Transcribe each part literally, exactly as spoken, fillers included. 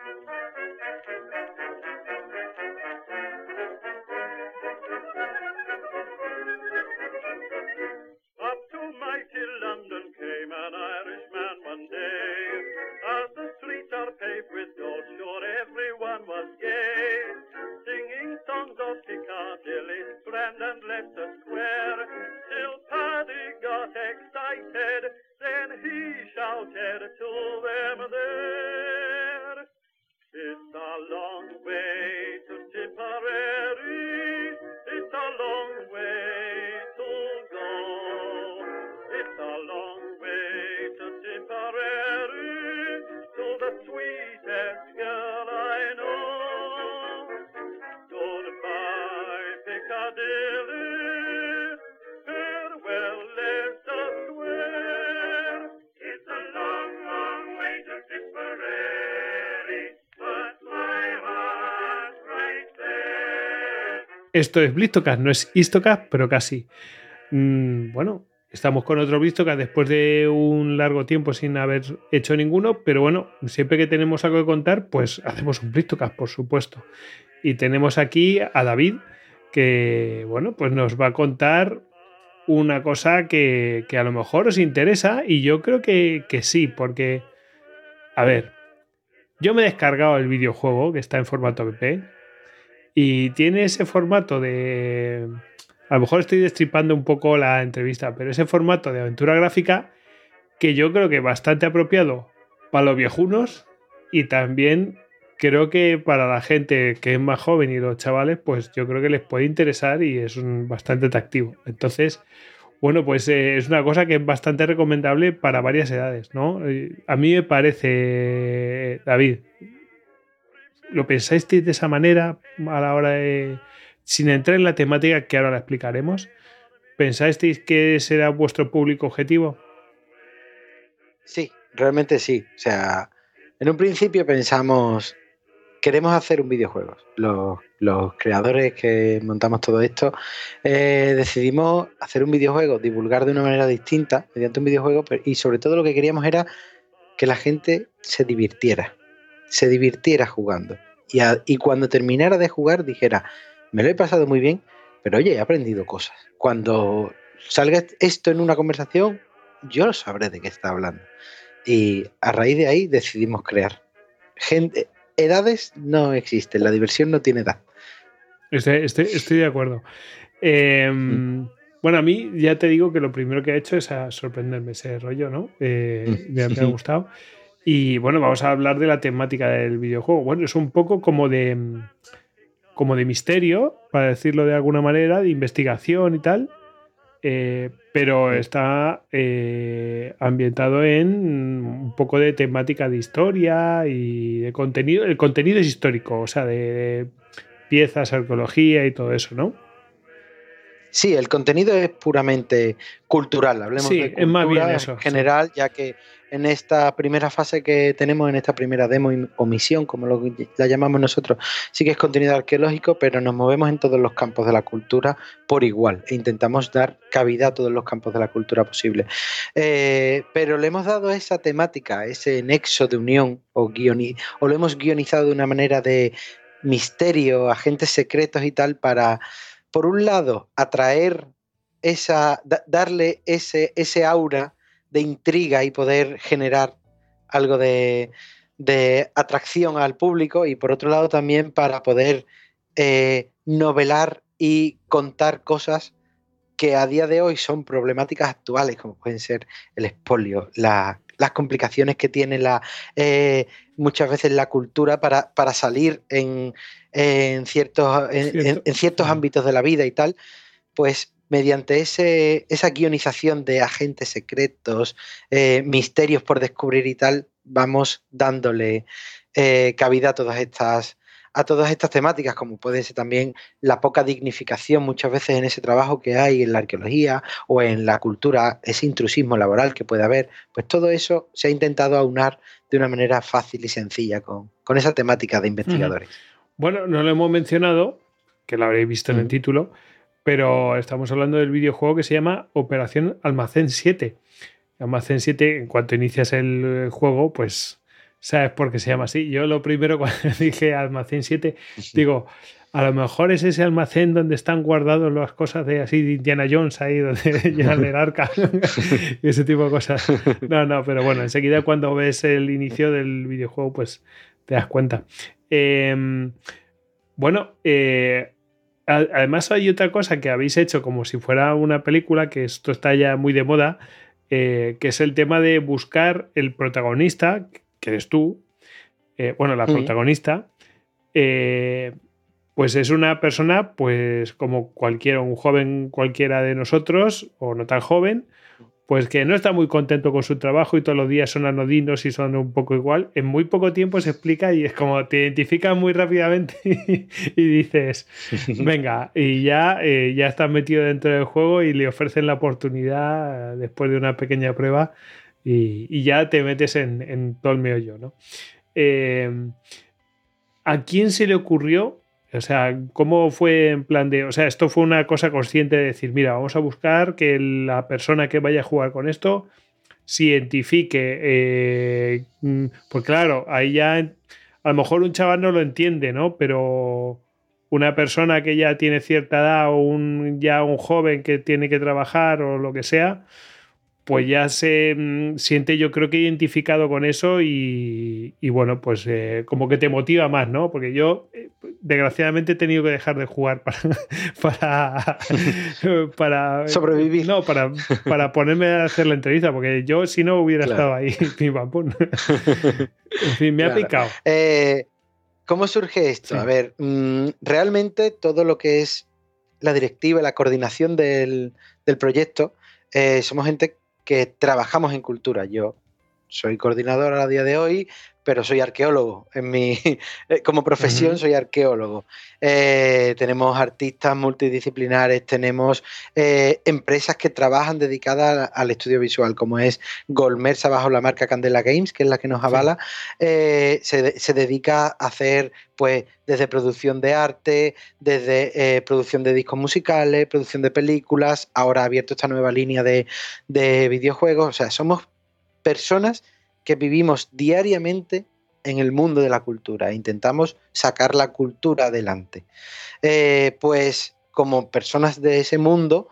Up to mighty London came an Irishman one day. As the streets are paved with gold, sure everyone was gay. Singing songs of Piccadilly, Strand and Leicester Square. Till Paddy got excited, then he shouted to them there. It's a long way to Tipperary, it's a long way to go. It's a long way to Tipperary, to the sweetest girl I know. Goodbye, Piccadilly, farewell, Leicester Square. It's a long, long way to Tipperary, but my heart's right there. Esto es Blistocast, no es Histocast, pero casi. Mm, bueno, estamos con otro Blistocast después de un largo tiempo sin haber hecho ninguno, pero bueno, siempre que tenemos algo que contar, pues hacemos un Blistocast, por supuesto. Y tenemos aquí a David, que bueno, pues nos va a contar una cosa que, que a lo mejor os interesa, y yo creo que, que sí, porque, a ver, yo me he descargado el videojuego que está en formato P P y tiene ese formato de... A lo mejor estoy destripando un poco la entrevista, pero ese formato de aventura gráfica que yo creo que es bastante apropiado para los viejunos, y también creo que para la gente que es más joven y los chavales, pues yo creo que les puede interesar y es un, bastante atractivo. Entonces, bueno, pues eh, es una cosa que es bastante recomendable para varias edades, ¿no? Eh, a mí me parece, David, ¿lo pensáis de esa manera a la hora de, sin entrar en la temática que ahora la explicaremos, pensáis que será vuestro público objetivo? Sí, realmente sí. O sea, en un principio pensamos, queremos hacer un videojuego. Los, los creadores que montamos todo esto eh, decidimos hacer un videojuego, divulgar de una manera distinta mediante un videojuego, pero, y sobre todo lo que queríamos era que la gente se divirtiera, se divirtiera jugando. Y, a, y cuando terminara de jugar dijera, me lo he pasado muy bien, pero oye, he aprendido cosas. Cuando salga esto en una conversación, yo sabré de qué está hablando. Y a raíz de ahí decidimos crear. Gente, edades no existen, la diversión no tiene edad. Estoy, estoy, estoy de acuerdo. Eh, mm. Bueno, a mí ya te digo que lo primero que he hecho es a sorprenderme ese rollo, ¿no? Eh, me, me ha gustado. Y bueno, vamos a hablar de la temática del videojuego. Bueno, es un poco como de, como de misterio, para decirlo de alguna manera, de investigación y tal. Eh, pero está eh, ambientado en un poco de temática de historia y de contenido. El contenido es histórico, o sea, de, de piezas, arqueología y todo eso, ¿no? Sí, el contenido es puramente cultural, hablemos sí, de cultura es más bien eso, en general, sí. Ya que en esta primera fase que tenemos, en esta primera demo o misión, como lo, la llamamos nosotros, sí que es contenido arqueológico, pero nos movemos en todos los campos de la cultura por igual e intentamos dar cabida a todos los campos de la cultura posible. Eh, pero le hemos dado esa temática, ese nexo de unión o, guioni- o lo hemos guionizado de una manera de misterio, agentes secretos y tal, para, por un lado, atraer esa, da, darle ese, ese aura de intriga y poder generar algo de, de atracción al público, y por otro lado también para poder eh, novelar y contar cosas que a día de hoy son problemáticas actuales, como pueden ser el expolio, la, las complicaciones que tiene la, eh, muchas veces la cultura para, para salir en, en, ciertos, en, en, en ciertos ámbitos de la vida y tal, pues mediante ese, esa guionización de agentes secretos, eh, misterios por descubrir y tal, vamos dándole eh, cabida a todas estas a todas estas temáticas, como puede ser también la poca dignificación muchas veces en ese trabajo que hay en la arqueología o en la cultura, ese intrusismo laboral que puede haber, pues todo eso se ha intentado aunar de una manera fácil y sencilla con, con esa temática de investigadores. Uh-huh. Bueno, no lo hemos mencionado, que lo habréis visto en uh-huh. el título, pero estamos hablando del videojuego que se llama Operación Almacén siete. Almacén siete, en cuanto inicias el juego, pues ¿Sabes por qué se llama así? Yo lo primero cuando dije Almacén siete, digo, a lo mejor es ese almacén donde están guardados las cosas de así de Indiana Jones, ahí donde llenan el arca y ese tipo de cosas. No, no, pero bueno, enseguida cuando ves el inicio del videojuego, pues te das cuenta. Eh, bueno, eh, además hay otra cosa que habéis hecho como si fuera una película, que esto está ya muy de moda, eh, que es el tema de buscar el protagonista, que eres tú, eh, bueno, la protagonista, eh, pues es una persona, pues como cualquiera, un joven cualquiera de nosotros, o no tan joven, pues que no está muy contento con su trabajo y todos los días son anodinos y son un poco igual. En muy poco tiempo se explica y es como te identificas muy rápidamente y dices, venga, y ya, eh, ya estás metido dentro del juego y le ofrecen la oportunidad eh, después de una pequeña prueba y, y ya te metes en, en todo el meollo, ¿no? Eh, ¿A quién se le ocurrió? O sea, ¿cómo fue en plan de...? O sea, esto fue una cosa consciente de decir, mira, vamos a buscar que la persona que vaya a jugar con esto se identifique. Eh, pues claro, ahí ya a lo mejor un chaval no lo entiende, ¿no? Pero una persona que ya tiene cierta edad o un, ya un joven que tiene que trabajar o lo que sea, pues ya se mm, siente, yo creo que identificado con eso y, y bueno, pues eh, como que te motiva más, ¿no? Porque yo, eh, desgraciadamente, he tenido que dejar de jugar para... para, para sobrevivir. No, para, para ponerme a hacer la entrevista, porque yo si no hubiera claro. estado ahí. Pim, pam, pum. En fin, me claro. ha picado. Eh, ¿Cómo surge esto? Sí. A ver, mmm, realmente todo lo que es la directiva, la coordinación del, del proyecto, eh, somos gente que trabajamos en cultura. Yo soy coordinador a día de hoy, pero soy arqueólogo. En mi, como profesión uh-huh. soy arqueólogo. Eh, tenemos artistas multidisciplinares, tenemos eh, empresas que trabajan dedicadas al estudio visual, como es Golmersa bajo la marca Candela Games, que es la que nos avala. Sí. Eh, se, se dedica a hacer pues desde producción de arte, desde eh, producción de discos musicales, producción de películas, ahora ha abierto esta nueva línea de, de videojuegos. O sea, somos personas que vivimos diariamente en el mundo de la cultura. Intentamos sacar la cultura adelante. Eh, pues como personas de ese mundo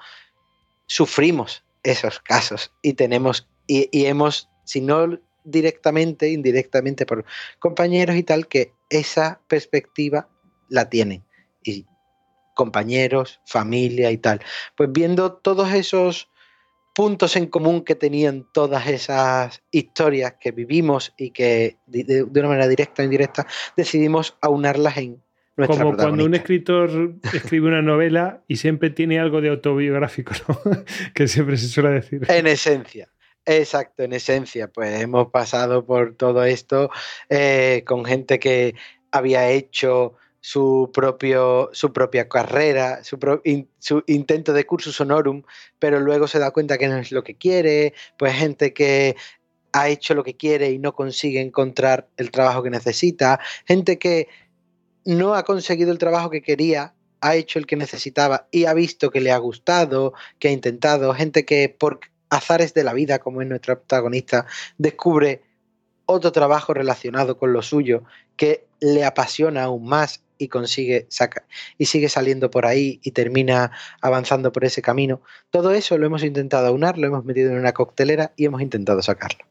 sufrimos esos casos y tenemos y, y hemos, si no directamente, indirectamente por compañeros y tal, que esa perspectiva la tienen. Y compañeros, familia y tal. Pues viendo todos esos puntos en común que tenían todas esas historias que vivimos y que de, de, de una manera directa o indirecta decidimos aunarlas en nuestra Como cuando un escritor escribe una novela y siempre tiene algo de autobiográfico, ¿no? Que siempre se suele decir. En esencia. Exacto, en esencia, pues hemos pasado por todo esto eh, con gente que había hecho su, propio, su propia carrera, su, pro, in, su intento de cursus honorum, pero luego se da cuenta que no es lo que quiere, pues gente que ha hecho lo que quiere y no consigue encontrar el trabajo que necesita, gente que no ha conseguido el trabajo que quería, ha hecho el que necesitaba y ha visto que le ha gustado, que ha intentado, gente que por azares de la vida, como es nuestra protagonista, descubre otro trabajo relacionado con lo suyo que le apasiona aún más y consigue sacar y sigue saliendo por ahí y termina avanzando por ese camino. Todo eso lo hemos intentado aunar, lo hemos metido en una coctelera y hemos intentado sacarlo.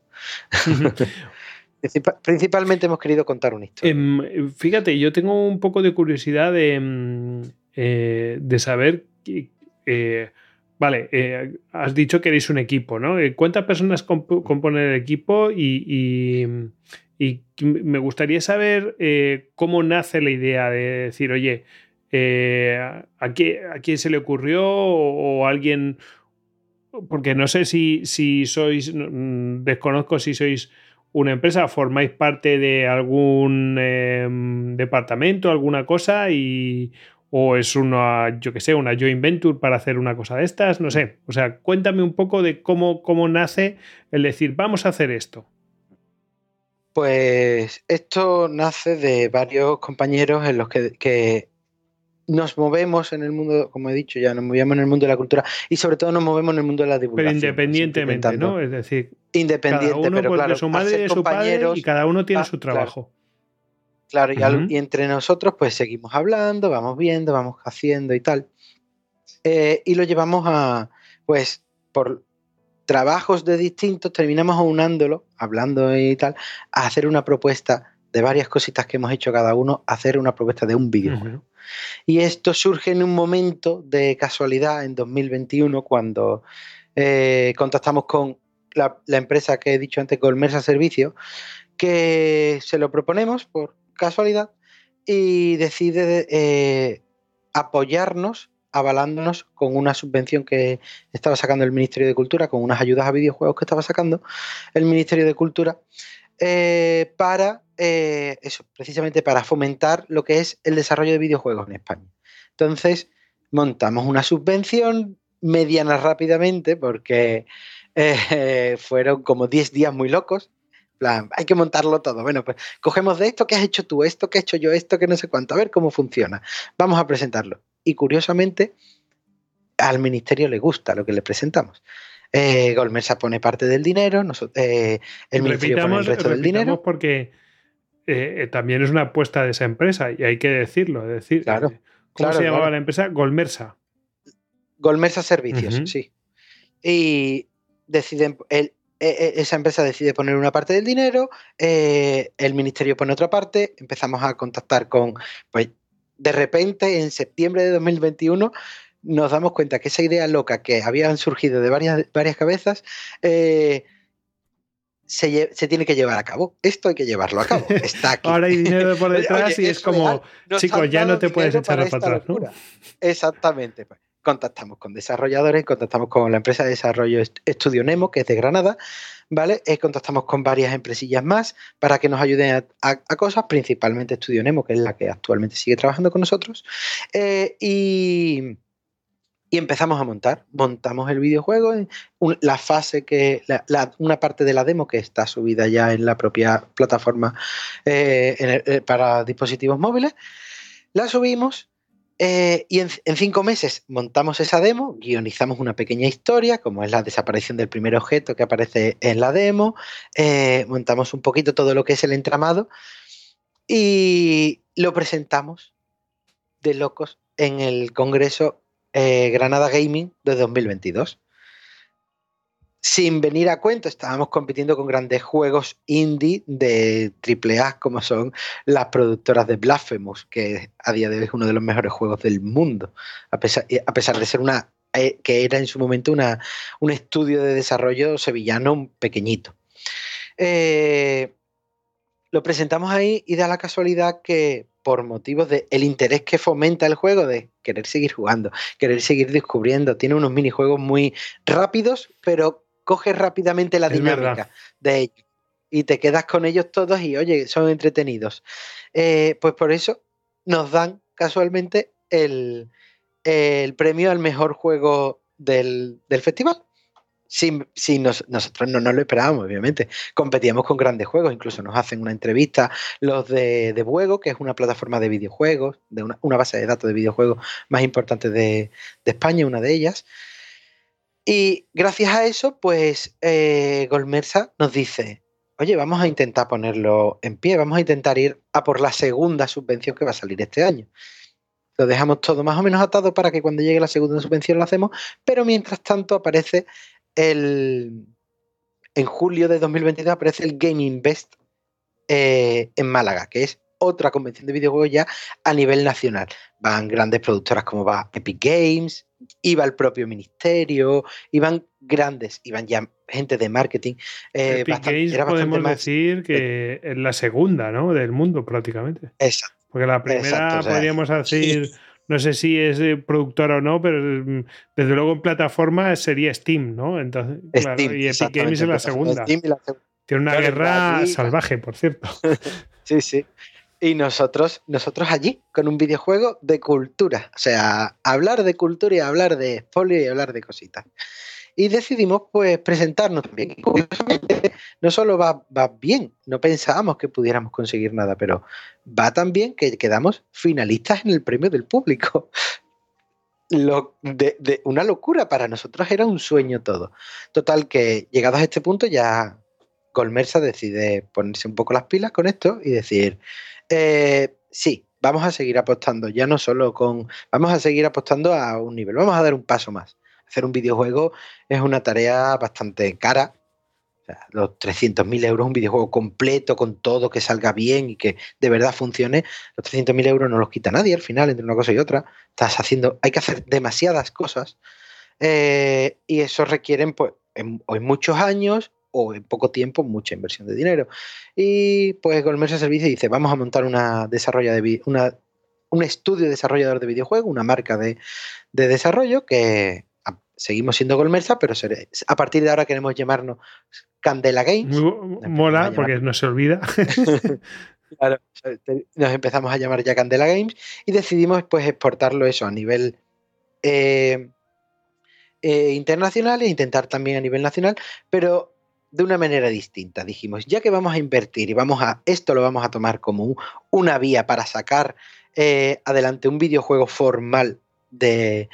Principalmente hemos querido contar una historia. Eh, fíjate, yo tengo un poco de curiosidad de, eh, de saber que, eh, vale, eh, has dicho que erais un equipo, ¿no? ¿Cuántas personas comp- componen el equipo? Y, y, y me gustaría saber eh, cómo nace la idea de decir, oye, eh, ¿a, quién, ¿a quién se le ocurrió? O, o alguien... Porque no sé si, si sois... Desconozco si sois una empresa, formáis parte de algún eh, departamento, alguna cosa y... o es una, yo qué sé, una joint venture para hacer una cosa de estas, no sé. O sea, cuéntame un poco de cómo, cómo nace el decir, vamos a hacer esto. Pues esto nace de varios compañeros en los que, que nos movemos en el mundo, como he dicho ya, nos movemos en el mundo de la cultura y sobre todo nos movemos en el mundo de la divulgación. Pero independientemente, ¿no? Es decir, independiente, cada uno pero porque claro, su madre es su padre y cada uno tiene ah, su trabajo. Claro, claro y, al, Uh-huh. y entre nosotros pues seguimos hablando, vamos viendo, vamos haciendo y tal. Eh, y lo llevamos a, pues, por trabajos de distintos, terminamos aunándolo, hablando y tal, a hacer una propuesta de varias cositas que hemos hecho cada uno, a hacer una propuesta de un videojuego. Uh-huh. Y esto surge en un momento de casualidad en dos mil veintiuno, cuando eh, contactamos con la, la empresa que he dicho antes, Golmersa Servicios, que se lo proponemos por casualidad y decide eh, apoyarnos avalándonos con una subvención que estaba sacando el Ministerio de Cultura, con unas ayudas a videojuegos que estaba sacando el Ministerio de Cultura, eh, para eh, eso, precisamente para fomentar lo que es el desarrollo de videojuegos en España. Entonces, montamos una subvención mediana rápidamente, porque eh, fueron como diez días muy locos. Plan, hay que montarlo todo. Bueno, pues cogemos de esto que has hecho tú, esto que he hecho yo, esto que no sé cuánto, a ver cómo funciona. Vamos a presentarlo. Y curiosamente, al ministerio le gusta lo que le presentamos. Eh, Golmersa pone parte del dinero, nosotros, eh, el ministerio pone el resto del dinero. Porque eh, también es una apuesta de esa empresa y hay que decirlo. Es decir, claro, ¿cómo claro, se llamaba claro. la empresa? Golmersa. Golmersa Servicios, uh-huh. sí. Y deciden, el, esa empresa decide poner una parte del dinero, eh, el ministerio pone otra parte, empezamos a contactar con, pues de repente en septiembre de dos mil veintiuno nos damos cuenta que esa idea loca que habían surgido de varias, varias cabezas eh, se, se tiene que llevar a cabo. Esto hay que llevarlo a cabo. Está aquí. Ahora hay dinero por detrás Oye, y es, es como, chicos, ya no te puedes echar para atrás, ¿no? Exactamente. Pues, contactamos con desarrolladores, contactamos con la empresa de desarrollo Estudio Nemo, que es de Granada, ¿vale? Eh, contactamos con varias empresillas más para que nos ayuden a, a, a cosas, principalmente Estudio Nemo, que es la que actualmente sigue trabajando con nosotros, eh, y, y empezamos a montar. Montamos el videojuego, en un, la fase que, la, la, una parte de la demo que está subida ya en la propia plataforma eh, en el, eh, para dispositivos móviles, la subimos. Eh, y en, en cinco meses montamos esa demo, guionizamos una pequeña historia, como es la desaparición del primer objeto que aparece en la demo, eh, montamos un poquito todo lo que es el entramado y lo presentamos de locos en el Congreso eh, Granada Gaming de dos mil veintidós. Sin venir a cuento, estábamos compitiendo con grandes juegos indie de triple A, como son las productoras de Blasphemous, que a día de hoy es uno de los mejores juegos del mundo, a pesar, a pesar de ser una eh, que era en su momento una, un estudio de desarrollo sevillano pequeñito. Eh, lo presentamos ahí y da la casualidad que por motivos del interés que fomenta el juego, de querer seguir jugando, querer seguir descubriendo, tiene unos minijuegos muy rápidos, pero coges rápidamente la es dinámica verdad. de ellos y te quedas con ellos todos y oye, son entretenidos. Eh, pues por eso nos dan casualmente el, el premio al mejor juego del, del festival. Si, si nos, nosotros no nos lo esperábamos, obviamente. Competíamos con grandes juegos, incluso nos hacen una entrevista los de, de Buego, que es una plataforma de videojuegos, de una, una base de datos de videojuegos más importante de, de España, una de ellas. Y gracias a eso, pues eh, Golmersa nos dice, oye, vamos a intentar ponerlo en pie, vamos a intentar ir a por la segunda subvención que va a salir este año. Lo dejamos todo más o menos atado para que cuando llegue la segunda subvención lo hacemos, pero mientras tanto aparece el... En julio de dos mil veintidós aparece el Game Invest eh, en Málaga, que es otra convención de videojuegos ya a nivel nacional. Van grandes productoras como va Epic Games, iba el propio ministerio, iban grandes, iban ya gente de marketing. Eh, Epic bastante, Games era podemos más, decir que es la segunda, ¿no? Del mundo prácticamente. Exacto. Porque la primera exacto, o sea, podríamos decir, no sé si es productora o no, pero desde luego en plataforma sería Steam, ¿no? Entonces, Steam, claro, y Epic Games es la segunda. Steam y la segunda. Tiene una claro, guerra allí, salvaje, por cierto. Sí, sí. Y nosotros, nosotros allí, con un videojuego de cultura. O sea, hablar de cultura y hablar de spoiler y hablar de cositas. y decidimos pues presentarnos también. Y curiosamente, no solo va, va bien, no pensábamos que pudiéramos conseguir nada, pero va tan bien que quedamos finalistas en el premio del público. Lo, de, de una locura, para nosotros era un sueño todo. Total, que llegados a este punto ya Golmersa decide ponerse un poco las pilas con esto y decir, eh, sí, vamos a seguir apostando, ya no solo con, vamos a seguir apostando a un nivel, vamos a dar un paso más. Hacer un videojuego es una tarea bastante cara. O sea, los trescientos mil euros, un videojuego completo, con todo, que salga bien y que de verdad funcione, los trescientos mil euros no los quita nadie al final, entre una cosa y otra. Estás haciendo, hay que hacer demasiadas cosas eh, y eso requieren, pues, en, o en muchos años o en poco tiempo, mucha inversión de dinero. Y pues Golmersa Servicios dice, vamos a montar una desarrolla de una, un estudio desarrollador de videojuegos, una marca de, de desarrollo que a, seguimos siendo Golmersa, pero seré, a partir de ahora queremos llamarnos Candela Games. Muy, mola, porque no se olvida. Claro, nos empezamos a llamar ya Candela Games y decidimos pues exportarlo eso a nivel eh, eh, internacional e intentar también a nivel nacional, pero de una manera distinta. Dijimos, ya que vamos a invertir y vamos a esto lo vamos a tomar como un, una vía para sacar eh, adelante un videojuego formal de,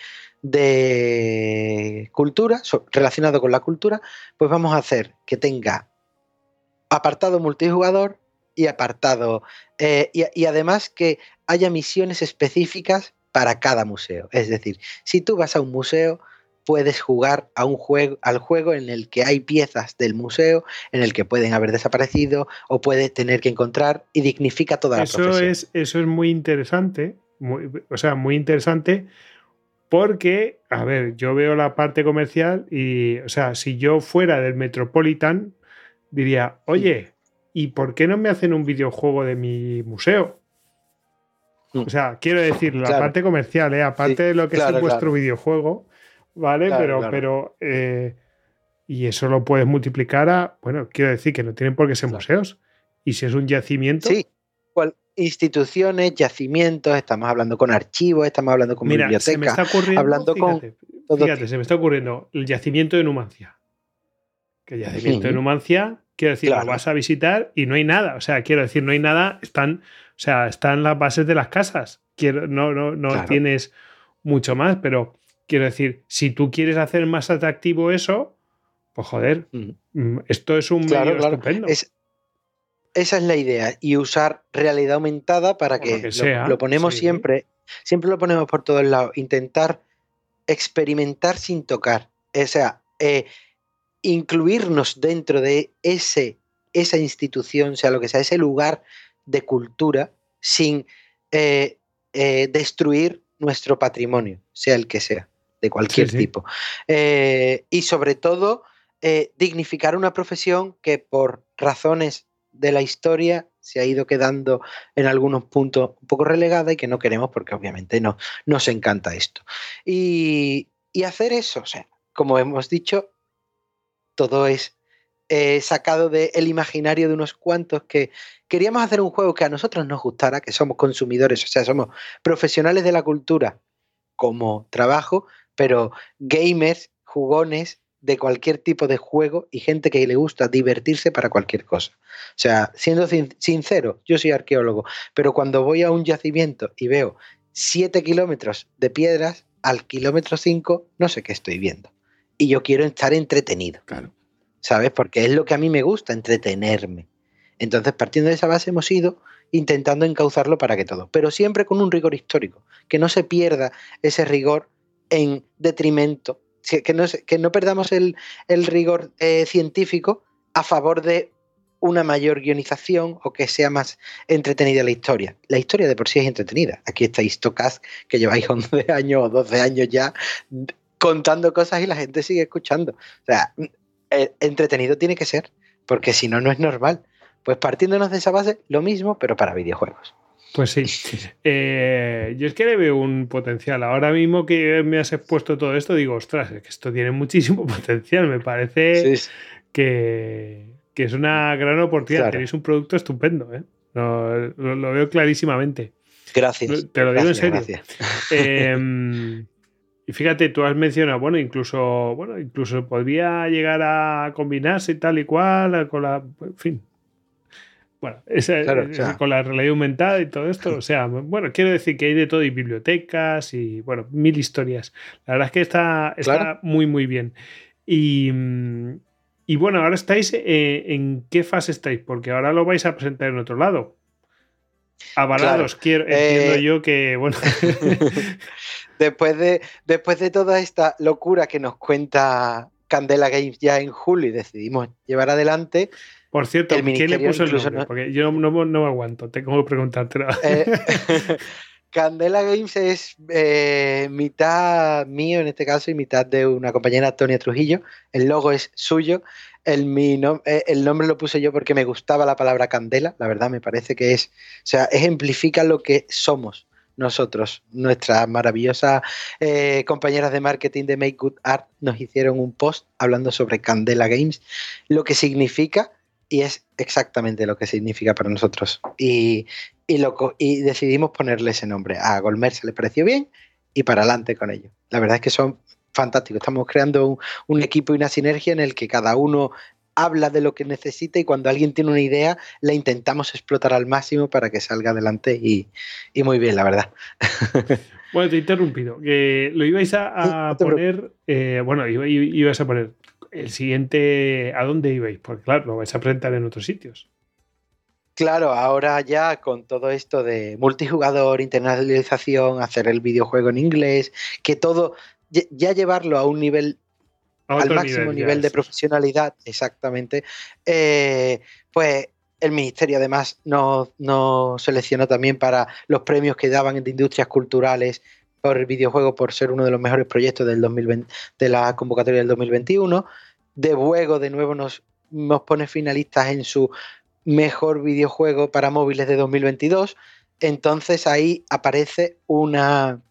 de cultura, so, relacionado con la cultura, pues vamos a hacer que tenga apartado multijugador y apartado eh, y, y además que haya misiones específicas para cada museo. Es decir, si tú vas a un museo, puedes jugar a un juego, al juego en el que hay piezas del museo en el que pueden haber desaparecido o puedes tener que encontrar y dignifica toda eso la profesión. Es, eso es muy interesante, muy, o sea, muy interesante porque, a ver, yo veo la parte comercial y, o sea, si yo fuera del Metropolitan, diría, oye, ¿y por qué no me hacen un videojuego de mi museo? O sea, quiero decir, la claro. parte comercial, ¿eh? Aparte sí, de lo que claro, es vuestro claro. videojuego, ¿vale? Claro, pero, claro. pero eh, y eso lo puedes multiplicar a, bueno, quiero decir que no tienen por qué ser claro. museos. Y si es un yacimiento... Sí, cual, instituciones, yacimientos, estamos hablando con archivos, estamos hablando con Mira, bibliotecas, se me está ocurriendo, hablando fíjate, con... Fíjate, se me está ocurriendo el yacimiento de Numancia. Que el yacimiento uh-huh. de Numancia, quiero decir, claro. lo vas a visitar y no hay nada. O sea, quiero decir, no hay nada, están, o sea, están las bases de las casas. Quiero, no no, no claro. tienes mucho más, pero quiero decir, si tú quieres hacer más atractivo eso, pues joder, uh-huh. esto es un claro, medio claro. estupendo. Es, esa es la idea, y usar realidad aumentada para que, lo, que sea, lo, lo ponemos sí. siempre, siempre lo ponemos por todos lados, intentar experimentar sin tocar. O sea, eh, incluirnos dentro de ese, esa institución, sea lo que sea, ese lugar de cultura, sin eh, eh, destruir nuestro patrimonio, sea el que sea, de cualquier sí, sí. tipo. Eh, y sobre todo, eh, dignificar una profesión que por razones de la historia se ha ido quedando en algunos puntos un poco relegada y que no queremos porque obviamente no, nos encanta esto. Y, y hacer eso, o sea, como hemos dicho, todo es eh, sacado del imaginario de unos cuantos que queríamos hacer un juego que a nosotros nos gustara, que somos consumidores, o sea, somos profesionales de la cultura como trabajo, pero gamers, jugones de cualquier tipo de juego y gente que le gusta divertirse para cualquier cosa. O sea, siendo sin- sincero, yo soy arqueólogo, pero cuando voy a un yacimiento y veo siete kilómetros de piedras, al kilómetro cinco no sé qué estoy viendo. Y yo quiero estar entretenido. Claro. ¿Sabes? Porque es lo que a mí me gusta, entretenerme. Entonces, partiendo de esa base, hemos ido intentando encauzarlo para que todo, pero siempre con un rigor histórico, que no se pierda ese rigor en detrimento, que no, que no perdamos el, el rigor eh, científico a favor de una mayor guionización o que sea más entretenida la historia. La historia de por sí es entretenida. Aquí está Histocast, que lleváis once años o doce años ya contando cosas y la gente sigue escuchando. O sea, eh, entretenido tiene que ser, porque si no, no es normal. Pues partiéndonos de esa base, lo mismo, pero para videojuegos. Pues sí. Eh, yo es que le veo un potencial. Ahora mismo que me has expuesto todo esto, digo, ostras, es que esto tiene muchísimo potencial. Me parece sí. que, que es una gran oportunidad. Claro. Tenéis un producto estupendo, ¿eh? No, lo, lo veo clarísimamente. Gracias. Te lo digo gracias, en serio. Eh, y fíjate, tú has mencionado, bueno, incluso, bueno, incluso podría llegar a combinarse y tal y cual, con la, en fin. Bueno, esa, Claro, o esa, sea, con la realidad aumentada y todo esto, o sea, bueno, quiero decir que hay de todo y bibliotecas y, bueno, mil historias. La verdad es que está, claro. está muy, muy bien. Y, y bueno, ahora estáis, eh, ¿en qué fase estáis? Porque ahora lo vais a presentar en otro lado. Claro. Avalados, quiero, entiendo Eh, yo que, bueno. después de, después de toda esta locura que nos cuenta Candela Games ya en julio y decidimos llevar adelante, Por cierto, el ¿quién le ministerio puso el incluso nombre? nos, Porque yo no, no, no me aguanto, tengo que preguntártelo. eh, Candela Games es eh, mitad mío en este caso y mitad de una compañera, Antonia Trujillo. El logo es suyo. El, mi nom- eh, el nombre lo puse yo porque me gustaba la palabra candela. La verdad me parece que es, o sea, ejemplifica lo que somos nosotros. Nuestras maravillosas eh, compañeras de marketing de Make Good Art nos hicieron un post hablando sobre Candela Games, lo que significa, y es exactamente lo que significa para nosotros. Y, y, lo, y decidimos ponerle ese nombre. A Golmer se le pareció bien y para adelante con ello. La verdad es que son fantásticos. Estamos creando un, un equipo y una sinergia en el que cada uno habla de lo que necesita y cuando alguien tiene una idea la intentamos explotar al máximo para que salga adelante y, y muy bien, la verdad. Bueno, te he interrumpido. Que lo ibais a, a No poner, eh, bueno, iba, ibas a poner el siguiente, ¿a dónde ibais? Porque claro, lo vais a presentar en otros sitios. Claro, ahora ya con todo esto de multijugador, internacionalización, hacer el videojuego en inglés, que todo, ya llevarlo a un nivel, A al otro máximo nivel, ya nivel de eso es. profesionalidad, exactamente, eh, pues el Ministerio además nos, nos seleccionó también para los premios que daban de industrias culturales por el videojuego por ser uno de los mejores proyectos del dos mil veinte, de la convocatoria del dos mil veintiuno. De Buego de nuevo nos, nos pone finalistas en su mejor videojuego para móviles de dos mil veintidós. Entonces ahí aparece una,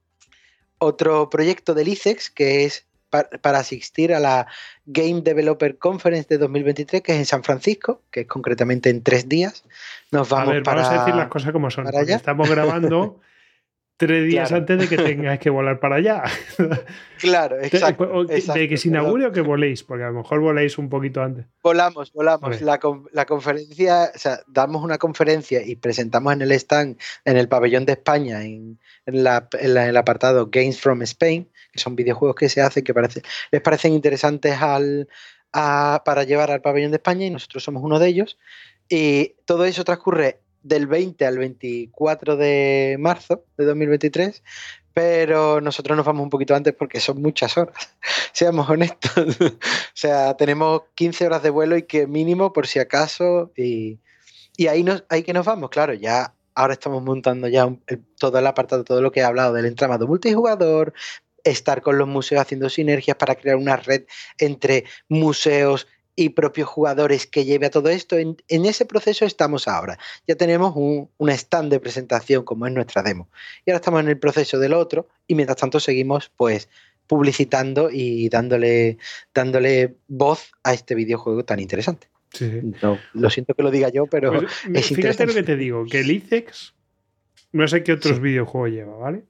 otro proyecto del I C E X que es para, para asistir a la Game Developer Conference de dos mil veintitrés, que es en San Francisco, que es concretamente en tres días. Nos vamos a ver, para, vamos a decir las cosas como son, porque allá. estamos grabando tres días Claro. antes de que tengáis que volar para allá. Claro, exacto, exacto. De que se inaugure o que voléis, porque a lo mejor voléis un poquito antes. Volamos, volamos. Okay. La, la conferencia, o sea, damos una conferencia y presentamos en el stand, en el pabellón de España, en, en, la, en, la, en el apartado Games from Spain, que son videojuegos que se hacen que parece, les parecen interesantes al, a, para llevar al pabellón de España y nosotros somos uno de ellos. Y todo eso transcurre del veinte al veinticuatro de marzo de dos mil veintitrés, pero nosotros nos vamos un poquito antes porque son muchas horas, seamos honestos. O sea, tenemos quince horas de vuelo y que mínimo por si acaso, y, y ahí, nos, ahí que nos vamos, claro, ya ahora estamos montando ya un, el, todo el apartado, todo lo que he hablado del entramado multijugador, estar con los museos haciendo sinergias para crear una red entre museos y propios jugadores que lleve a todo esto. En, en ese proceso estamos ahora. Ya tenemos un, un stand de presentación como es nuestra demo. Y ahora estamos en el proceso del otro y mientras tanto seguimos pues publicitando y dándole, dándole voz a este videojuego tan interesante. Sí, sí. No, lo siento que lo diga yo, pero pues, es fíjate interesante. lo que te digo, que el I C E X no sé qué otros sí. videojuegos lleva, ¿vale?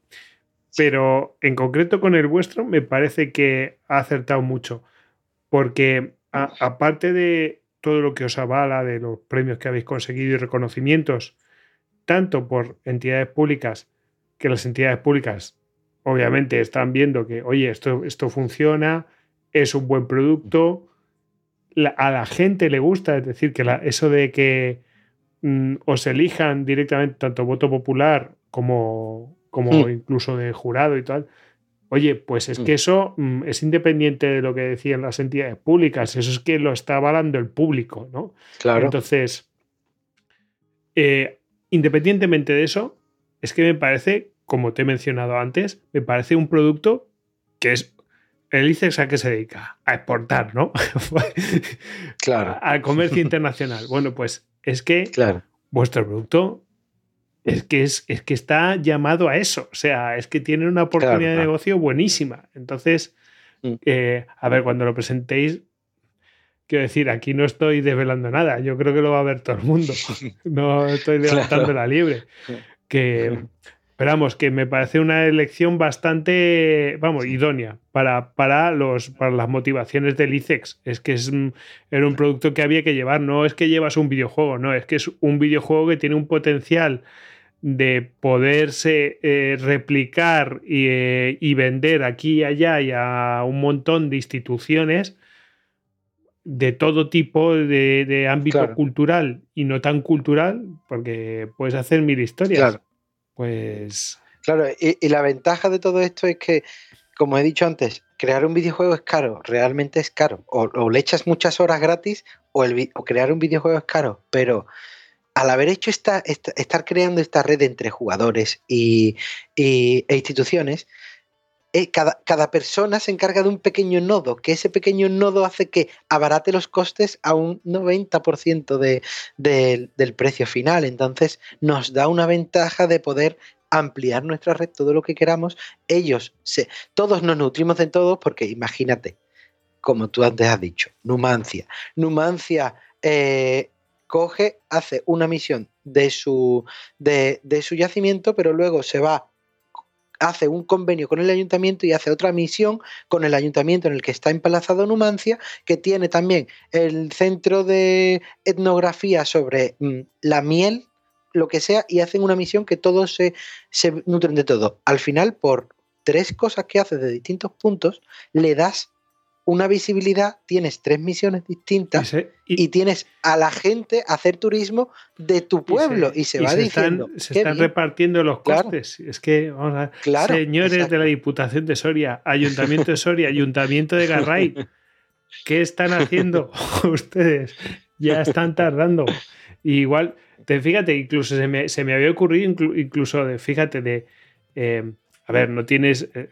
Pero en concreto con el vuestro me parece que ha acertado mucho porque A, aparte de todo lo que os avala, de los premios que habéis conseguido y reconocimientos, tanto por entidades públicas, que las entidades públicas obviamente están viendo que, oye, esto, esto funciona, es un buen producto, la, a la gente le gusta, es decir, que la, eso de que mm, os elijan directamente tanto voto popular como, como mm. incluso de jurado y tal. Oye, pues es que eso mm, es independiente de lo que decían las entidades públicas, eso es que lo está avalando el público, ¿no? Claro. Entonces, eh, independientemente de eso, es que me parece, como te he mencionado antes, me parece un producto que es, el I C E X a qué se dedica, a exportar, ¿no? Claro. Al comercio internacional. Bueno, pues es que claro. vuestro producto Es que, es, es que está llamado a eso. O sea, es que tiene una oportunidad claro, de claro. negocio buenísima. Entonces, mm. eh, a ver, cuando lo presentéis, quiero decir, aquí no estoy desvelando nada. Yo creo que lo va a ver todo el mundo. No estoy levantando claro. la liebre. Que, Pero vamos, que me parece una elección bastante, vamos, idónea para, para, los, para las motivaciones del I C E X. Es que es, era un producto que había que llevar, no es que llevas un videojuego, no, es que es un videojuego que tiene un potencial de poderse eh, replicar y, eh, y vender aquí y allá y a un montón de instituciones de todo tipo de, de ámbito Claro. cultural y no tan cultural, porque puedes hacer mil historias. Claro. Pues... Claro, y, y la ventaja de todo esto es que, como he dicho antes, crear un videojuego es caro, realmente es caro. O, o le echas muchas horas gratis o, el, o crear un videojuego es caro, pero al haber hecho esta, esta estar creando esta red entre jugadores y, y, e instituciones, eh, cada, cada persona se encarga de un pequeño nodo, que ese pequeño nodo hace que abarate los costes a un noventa por ciento de, de, del precio final. Entonces nos da una ventaja de poder ampliar nuestra red todo lo que queramos. Ellos, se, todos nos nutrimos de todos porque imagínate, como tú antes has dicho, Numancia. Numancia eh, coge, hace una misión de su, de, de su yacimiento, pero luego se va, hace un convenio con el ayuntamiento y hace otra misión con el ayuntamiento en el que está emplazado Numancia, que tiene también el centro de etnografía sobre mm, la miel, lo que sea, y hacen una misión que todos se, se nutren de todo. Al final, por tres cosas que haces de distintos puntos, le das una visibilidad, tienes tres misiones distintas y, se, y, y tienes a la gente hacer turismo de tu pueblo y se, y se y va se diciendo. Están, se están bien. repartiendo los costes. Claro. Es que, vamos a claro, señores exacto. de la Diputación de Soria, Ayuntamiento de Soria, Ayuntamiento de Garray, ¿qué están haciendo ustedes? Ya están tardando. Y igual, te, fíjate, incluso se me, se me había ocurrido, inclu, incluso, de, fíjate, de, eh, a ver, no tienes... Eh,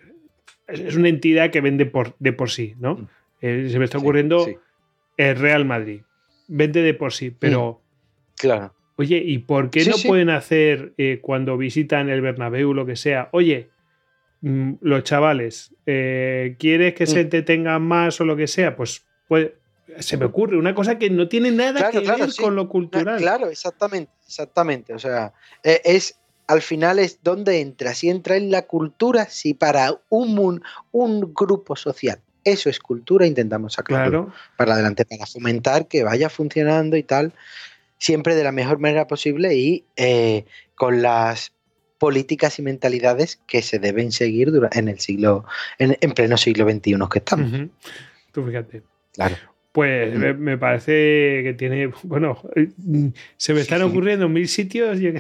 es una entidad que vende por, de por sí, ¿no? Eh, se me está ocurriendo sí, sí. el Real Madrid. Vende de por sí, pero... Mm, claro. Oye, ¿y por qué sí, no sí. pueden hacer eh, cuando visitan el Bernabéu, lo que sea? Oye, mmm, los chavales, eh, ¿quieres que mm. se entretengan más o lo que sea? Pues, pues se me ocurre una cosa que no tiene nada claro, que claro, ver sí. con lo cultural. Claro, exactamente, exactamente. O sea, eh, es... al final es donde entra, si entra en la cultura, si para un, un grupo social eso es cultura, intentamos sacarlo claro. para adelante, para fomentar que vaya funcionando y tal, siempre de la mejor manera posible y eh, con las políticas y mentalidades que se deben seguir en el siglo, en, en pleno siglo veintiuno que estamos. Uh-huh. Tú fíjate. Claro. Pues me, me parece que tiene, bueno, se me están ocurriendo mil sitios, yo qué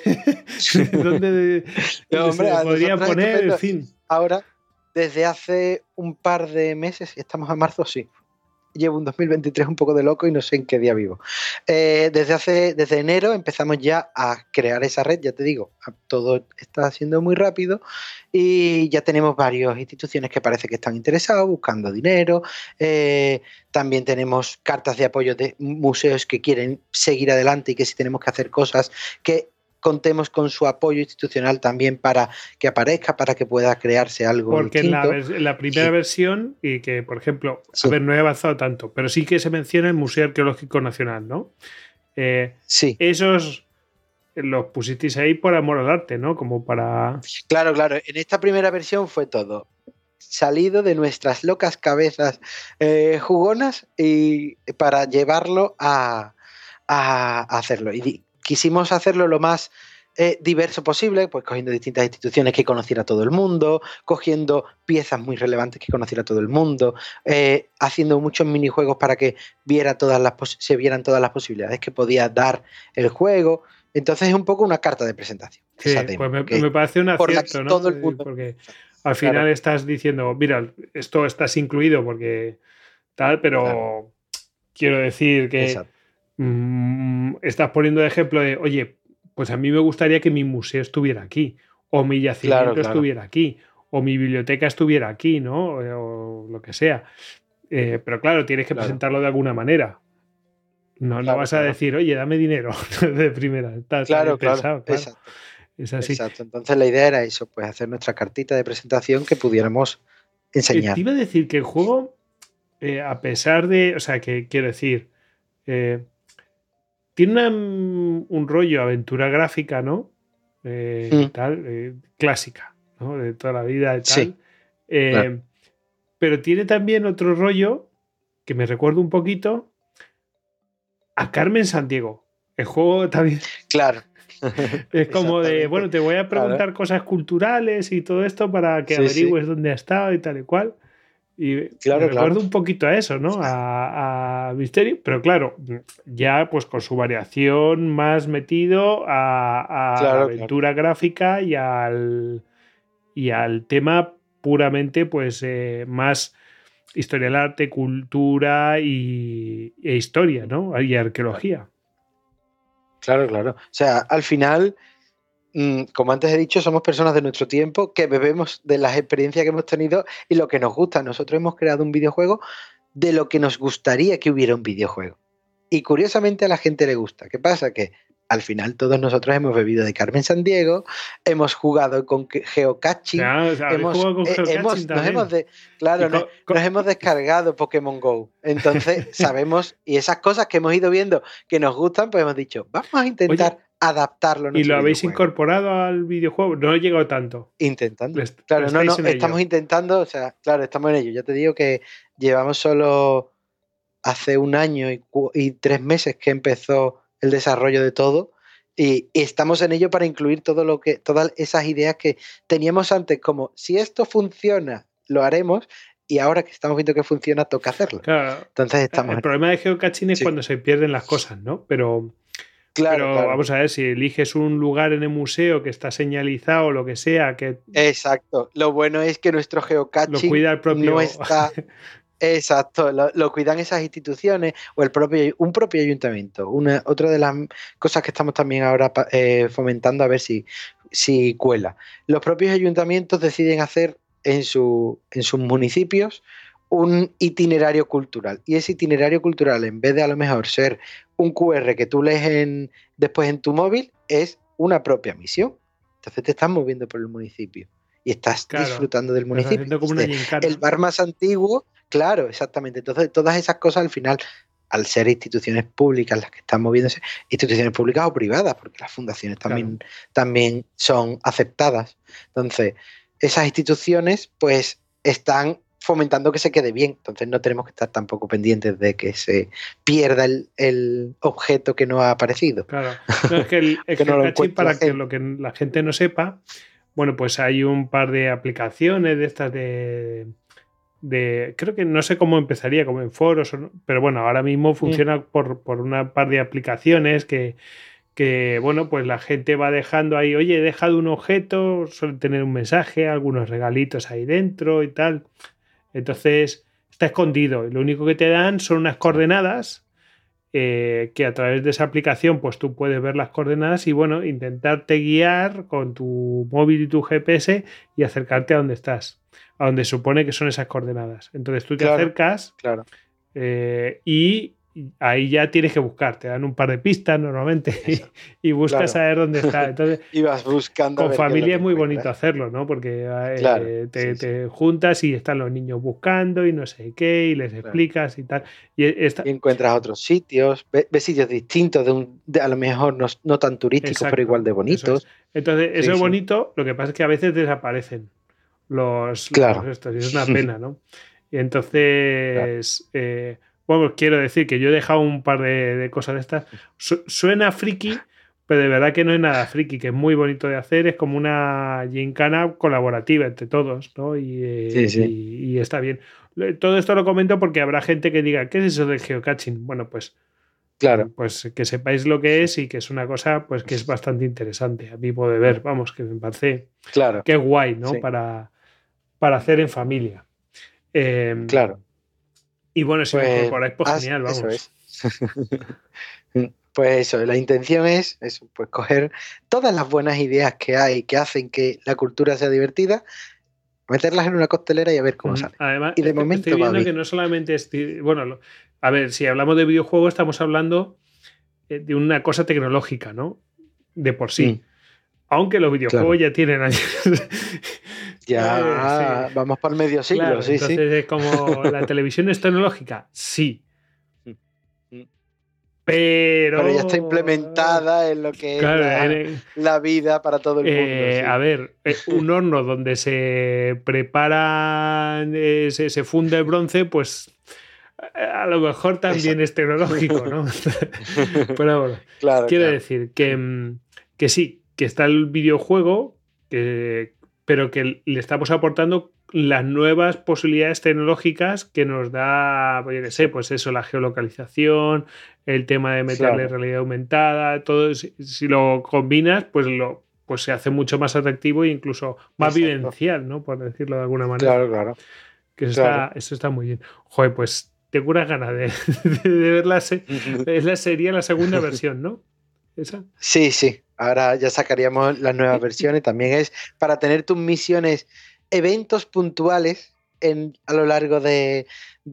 sé, donde no, hombre, se podría poner, en fin. Ahora, desde hace un par de meses, estamos a marzo, sí, llevo un dos mil veintitrés un poco de loco y no sé en qué día vivo. Eh, desde hace, desde enero empezamos ya a crear esa red, ya te digo, todo está siendo muy rápido y ya tenemos varias instituciones que parece que están interesados, buscando dinero. Eh, también tenemos cartas de apoyo de museos que quieren seguir adelante y que si tenemos que hacer cosas que contemos con su apoyo institucional también para que aparezca, para que pueda crearse algo Porque distinto. en la, en la primera sí. versión, y que, por ejemplo, sí. a ver, no he avanzado tanto, pero sí que se menciona el Museo Arqueológico Nacional, ¿no? Eh, sí. Esos los pusisteis ahí por amor al arte, ¿no? Como para... Claro, claro. En esta primera versión fue todo salido de nuestras locas cabezas eh, jugonas y para llevarlo a, a, a hacerlo. Y quisimos hacerlo lo más eh, diverso posible, pues cogiendo distintas instituciones que conociera todo el mundo, cogiendo piezas muy relevantes que conociera todo el mundo, eh, haciendo muchos minijuegos para que viera todas las se vieran todas las posibilidades que podía dar el juego. Entonces es un poco una carta de presentación. Sí, esa demo, pues me, me parece un acierto, ¿no? Todo el mundo... Porque al final claro. estás diciendo, mira, esto estás incluido porque tal, pero claro. quiero decir que... Exacto. Mm, estás poniendo de ejemplo de, oye, pues a mí me gustaría que mi museo estuviera aquí, o mi yacimiento claro, claro. estuviera aquí, o mi biblioteca estuviera aquí, ¿no? O, o lo que sea. Eh, pero claro, tienes que claro. presentarlo de alguna manera. No, claro, no vas claro. a decir, oye, dame dinero de primera. Está, claro, está claro, pensado, claro. Exacto. Es así. Exacto. Entonces la idea era eso, pues hacer nuestra cartita de presentación que pudiéramos enseñar. Eh, te iba a decir que el juego, eh, a pesar de, o sea, que quiero decir, eh, tiene una, un rollo aventura gráfica, ¿no? eh, Mm. tal, eh, clásica, ¿no? De toda la vida y tal. Sí, Eh, claro. Pero tiene también otro rollo que me recuerda un poquito a Carmen Sandiego. El juego también Claro. es como de, Exactamente. bueno, te voy a Claro. preguntar cosas culturales y todo esto para que Sí, sí. averigües dónde ha estado y tal y cual. Y Claro, me recuerda claro. un poquito a eso, ¿no? A, a Mysterio, pero claro, ya pues con su variación más metido a, a la Claro, claro. aventura gráfica y al, y al tema puramente pues eh, más historia del arte, cultura y, e historia, ¿no? Y arqueología. Claro, claro. O sea, al final, mm, como antes he dicho, somos personas de nuestro tiempo que bebemos de las experiencias que hemos tenido y lo que nos gusta. Nosotros hemos creado un videojuego de lo que nos gustaría que hubiera un videojuego. Y curiosamente a la gente le gusta. ¿Qué pasa? Que al final todos nosotros hemos bebido de Carmen Sandiego, hemos jugado con que- geocaching, Ah, o sea, habéis hemos, jugado con eh, geocaching hemos, nos también. hemos de, claro, Y nos, co- co- nos hemos descargado Pokémon Go. Entonces sabemos, y esas cosas que hemos ido viendo que nos gustan, pues hemos dicho, vamos a intentar Oye, adaptarlo a ¿y nuestro lo habéis videojuego. incorporado al videojuego? No he llegado tanto. Intentando. Les- Claro, no, estáis no, en estamos ello. intentando, o sea, claro, estamos en ello. Ya te digo que llevamos solo hace un año y, cu- y tres meses que empezó el desarrollo de todo y, y estamos en ello para incluir todo lo que, todas esas ideas que teníamos antes, como si esto funciona, lo haremos, y ahora que estamos viendo que funciona, toca hacerlo. Claro, Entonces estamos el en problema de geocaching es Sí. cuando se pierden las cosas, ¿no? Pero, Claro, pero claro. vamos a ver, si eliges un lugar en el museo que está señalizado o lo que sea, que Exacto. Lo bueno es que nuestro lo geocaching cuida el propio... no está. Exacto, lo, lo cuidan esas instituciones o el propio, un propio ayuntamiento. Una, otra de las cosas que estamos también ahora pa- eh, fomentando a ver si, si cuela. Los propios ayuntamientos deciden hacer en, su, en sus municipios un itinerario cultural. Y ese itinerario cultural, en vez de a lo mejor ser un cu erre que tú lees en, después en tu móvil, es una propia misión. Entonces te estás moviendo por el municipio y estás Claro, disfrutando del estás municipio. haciendo como una Desde gincana. el bar más antiguo, claro, exactamente. Entonces, todas esas cosas al final, al ser instituciones públicas las que están moviéndose, instituciones públicas o privadas, porque las fundaciones también, también son aceptadas. Entonces, esas instituciones, pues, están fomentando que se quede bien. Entonces, no tenemos que estar tampoco pendientes de que se pierda el, el objeto que no ha aparecido. Claro, no, es que el, el Que no lo geocaching, encuentre para la que gente. lo que la gente no sepa, bueno, pues hay un par de aplicaciones de estas de, de creo que no sé cómo empezaría, como en foros, o no, pero bueno, ahora mismo funciona por, por una par de aplicaciones que, que, bueno, pues la gente va dejando ahí, oye, he dejado un objeto, suele tener un mensaje, algunos regalitos ahí dentro y tal. Entonces está escondido y lo único que te dan son unas coordenadas eh, que a través de esa aplicación pues tú puedes ver las coordenadas y bueno, intentarte guiar con tu móvil y tu ge pe ese y acercarte a donde estás, a donde supone que son esas coordenadas. Entonces tú te Claro, acercas claro. eh, y ahí ya tienes que buscar, te dan un par de pistas normalmente Eso. y, y buscas Claro. a ver dónde está. Entonces, Y vas buscando a con ver qué es lo familia que es muy bonito encuentras. hacerlo, ¿no? Porque eh, Claro, te, sí, sí. te juntas y están los niños buscando y no sé qué, y les Claro. explicas y tal. Y esta, Y encuentras otros sitios, ves, ves sitios distintos, de un, de, a lo mejor no, no tan turísticos, exacto, pero igual de eso bonitos. es. Entonces, eso Sí, es sí. bonito, lo que pasa es que a veces desaparecen los, Claro. los estos, y es una pena, ¿no? Y entonces, eh, bueno, quiero decir que yo he dejado un par de, de cosas de estas. Su, suena friki, pero de verdad que no es nada friki, que es muy bonito de hacer, es como una gincana colaborativa entre todos, ¿no? Y, eh, Sí, sí. y, y está bien. Todo esto lo comento porque habrá gente que diga, ¿qué es eso del geocaching? Bueno, pues, Claro. pues que sepáis lo que es y que es una cosa pues que es bastante interesante a mi modo de ver, vamos, que me parece Claro. que es guay, ¿no? Sí. Para, para hacer en familia. Eh, Claro. Y bueno, si lo Pues, incorporáis, pues haz- genial, vamos. Eso es. Pues eso, la intención es eso, pues coger todas las buenas ideas que hay que hacen que la cultura sea divertida, meterlas en una costelera y a ver cómo Mm, sale. Además, Y de estoy, momento estoy va viendo bien. que no solamente es. Bueno, lo- a ver, si hablamos de videojuegos, estamos hablando eh, de una cosa tecnológica, ¿no? De por sí. Mm, Aunque los videojuegos claro. ya tienen años. Ya Eh, sí. vamos por medio siglo, Claro, sí, entonces sí. es como la televisión es tecnológica, sí. Pero, pero ya está implementada en lo que claro, es la, el, la vida para todo el mundo. Eh, sí. A ver, un horno donde se prepara, eh, se, se funde el bronce, pues a lo mejor también Exacto. es tecnológico, ¿no? Pero bueno, claro, quiero claro. decir que, que sí, que está el videojuego, que, pero que le estamos aportando las nuevas posibilidades tecnológicas que nos da, pues, yo qué sé, pues eso, la geolocalización, el tema de meterle claro. realidad aumentada, todo, si, si lo combinas, pues lo pues se hace mucho más atractivo e incluso más Exacto. vivencial, ¿no? Por decirlo de alguna manera. Claro, claro. Que eso, claro. Está, eso está muy bien. Joder, pues tengo unas ganas de, de, de ver la, se es la serie, la segunda versión, ¿no? ¿Esa? Sí, sí. Ahora ya sacaríamos las nuevas versiones. También es para tener tus misiones, eventos puntuales en, a lo largo de,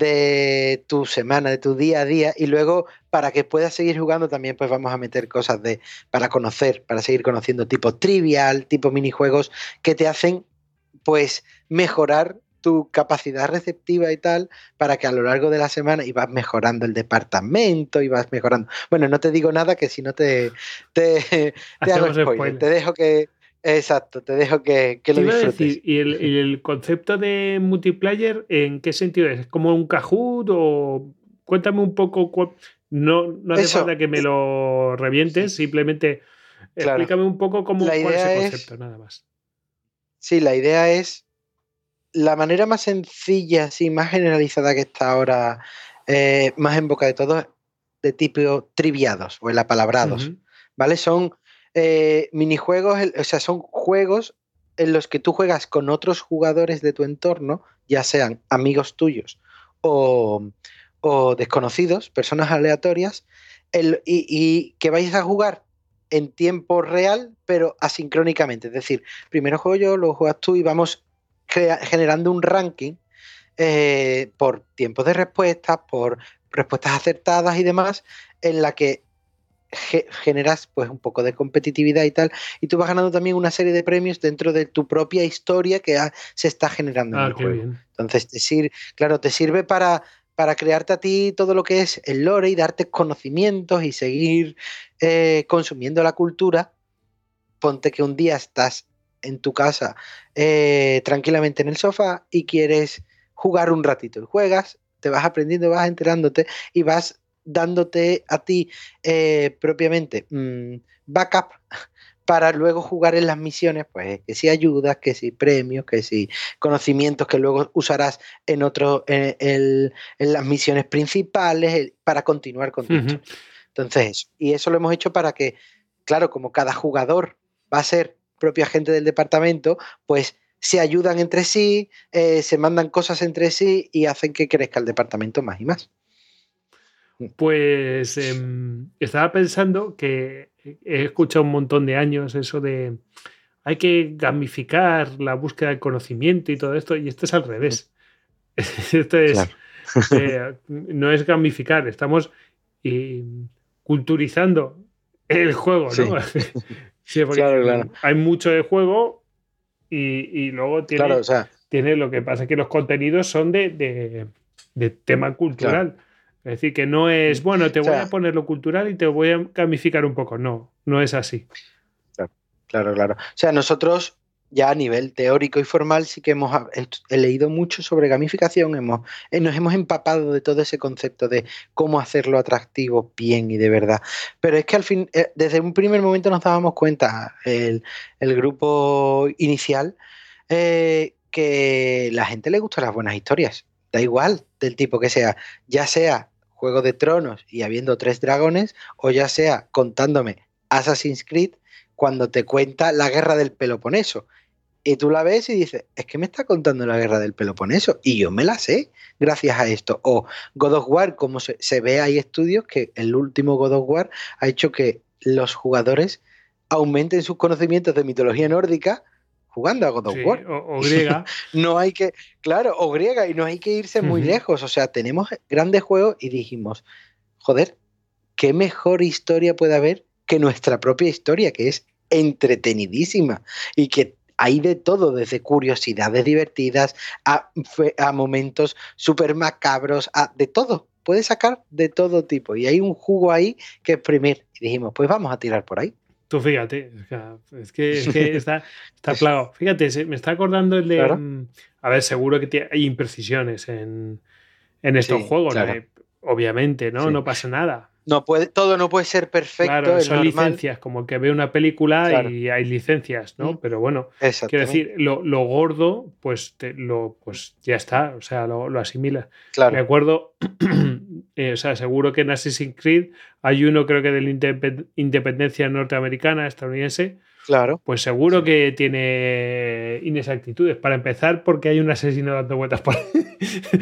de tu semana, de tu día a día, y luego para que puedas seguir jugando también pues vamos a meter cosas de para conocer, para seguir conociendo tipo trivial, tipo minijuegos que te hacen pues mejorar tu capacidad receptiva y tal, para que a lo largo de la semana y vas mejorando el departamento y vas mejorando. Bueno, no te digo nada que si no te, te, te hago spoiler. spoiler. Te dejo que. Exacto, te dejo que, que lo disfrutes. Decir, ¿y, el, ¿Y el concepto de multiplayer en qué sentido es? ¿Es como un Kahoot o cuéntame un poco? No, no hace Eso, falta que me lo revientes, sí. simplemente claro. explícame un poco cómo, cuál es el concepto, es, nada más. Sí, la idea es la manera más sencilla, sí, más generalizada que está ahora, eh, más en boca de todos, de tipo triviados o el apalabrados, uh-huh. ¿vale? Son eh, minijuegos, o sea, son juegos en los que tú juegas con otros jugadores de tu entorno, ya sean amigos tuyos o, o desconocidos, personas aleatorias, el, y, y que vais a jugar en tiempo real, pero asincrónicamente. Es decir, primero juego yo, luego juegas tú y vamos crea- generando un ranking eh, por tiempos de respuestas, por respuestas acertadas y demás, en la que ge- generas pues un poco de competitividad y tal, y tú vas ganando también una serie de premios dentro de tu propia historia que ha, se está generando ah, en el qué juego. Bien. Entonces, te sirve, claro, te sirve para, para crearte a ti todo lo que es el lore y darte conocimientos y seguir eh, consumiendo la cultura. Ponte que un día estás en tu casa eh, tranquilamente en el sofá y quieres jugar un ratito y juegas, te vas aprendiendo, vas enterándote y vas dándote a ti eh, propiamente mmm, backup para luego jugar en las misiones, pues que si ayudas, que si premios, que si conocimientos que luego usarás en otro, en, en, en las misiones principales para continuar con tu uh-huh. historia. Entonces, y eso lo hemos hecho para que, claro, como cada jugador va a ser propio agente del departamento, pues se ayudan entre sí, eh, se mandan cosas entre sí y hacen que crezca el departamento más y más. Pues eh, estaba pensando que he escuchado un montón de años eso de hay que gamificar la búsqueda del conocimiento y todo esto, y esto es al revés. Esto es, claro. eh, no es gamificar, estamos eh, culturizando el juego, ¿no? Sí, sí, porque claro, claro. hay mucho de juego y, y luego tiene, claro, o sea, tiene lo que pasa es que los contenidos son de, de, de tema cultural. Claro. Es decir, que no es, bueno, te o voy sea, a poner lo cultural y te voy a gamificar un poco. No, no es así. Claro, claro, claro. O sea, nosotros ya a nivel teórico y formal sí que hemos he leído mucho sobre gamificación, hemos, nos hemos empapado de todo ese concepto de cómo hacerlo atractivo bien y de verdad. Pero es que al fin, desde un primer momento nos dábamos cuenta, el, el grupo inicial, eh, que la gente le gustan las buenas historias. Da igual del tipo que sea, ya sea Juego de Tronos y habiendo tres dragones, o ya sea contándome Assassin's Creed cuando te cuenta la guerra del Peloponeso. Y tú la ves y dices, es que me está contando la guerra del Peloponeso y yo me la sé gracias a esto. O God of War, como se, se ve, hay estudios que el último God of War ha hecho que los jugadores aumenten sus conocimientos de mitología nórdica jugando a God of sí, War. O, o griega. No hay que, claro, o griega, y no hay que irse muy uh-huh. lejos. O sea, tenemos grandes juegos y dijimos, joder, ¿qué mejor historia puede haber que nuestra propia historia, que es entretenidísima y que hay de todo, desde curiosidades divertidas a, a momentos súper macabros, a, de todo, puede sacar de todo tipo y hay un jugo ahí que exprimir. Y dijimos, pues vamos a tirar por ahí. Tú fíjate, es que, es que está, está plagado. Fíjate, me está acordando el de... Claro. A ver, seguro que hay imprecisiones en, en estos sí, juegos, claro. ¿no? Obviamente, ¿no? Sí. No pasa nada. No puede, todo no puede ser perfecto. Claro, son normal. Licencias, como que ve una película claro. y hay licencias, ¿no? Mm. Pero bueno, quiero decir, lo, lo gordo, pues, te, lo, pues ya está, o sea, lo, lo asimilas. Claro. Me acuerdo, eh, o sea, seguro que en Assassin's Creed hay uno, creo que de la independencia norteamericana, estadounidense. Claro. Pues seguro sí. que tiene inexactitudes. Para empezar, porque hay un asesino dando vueltas por ahí.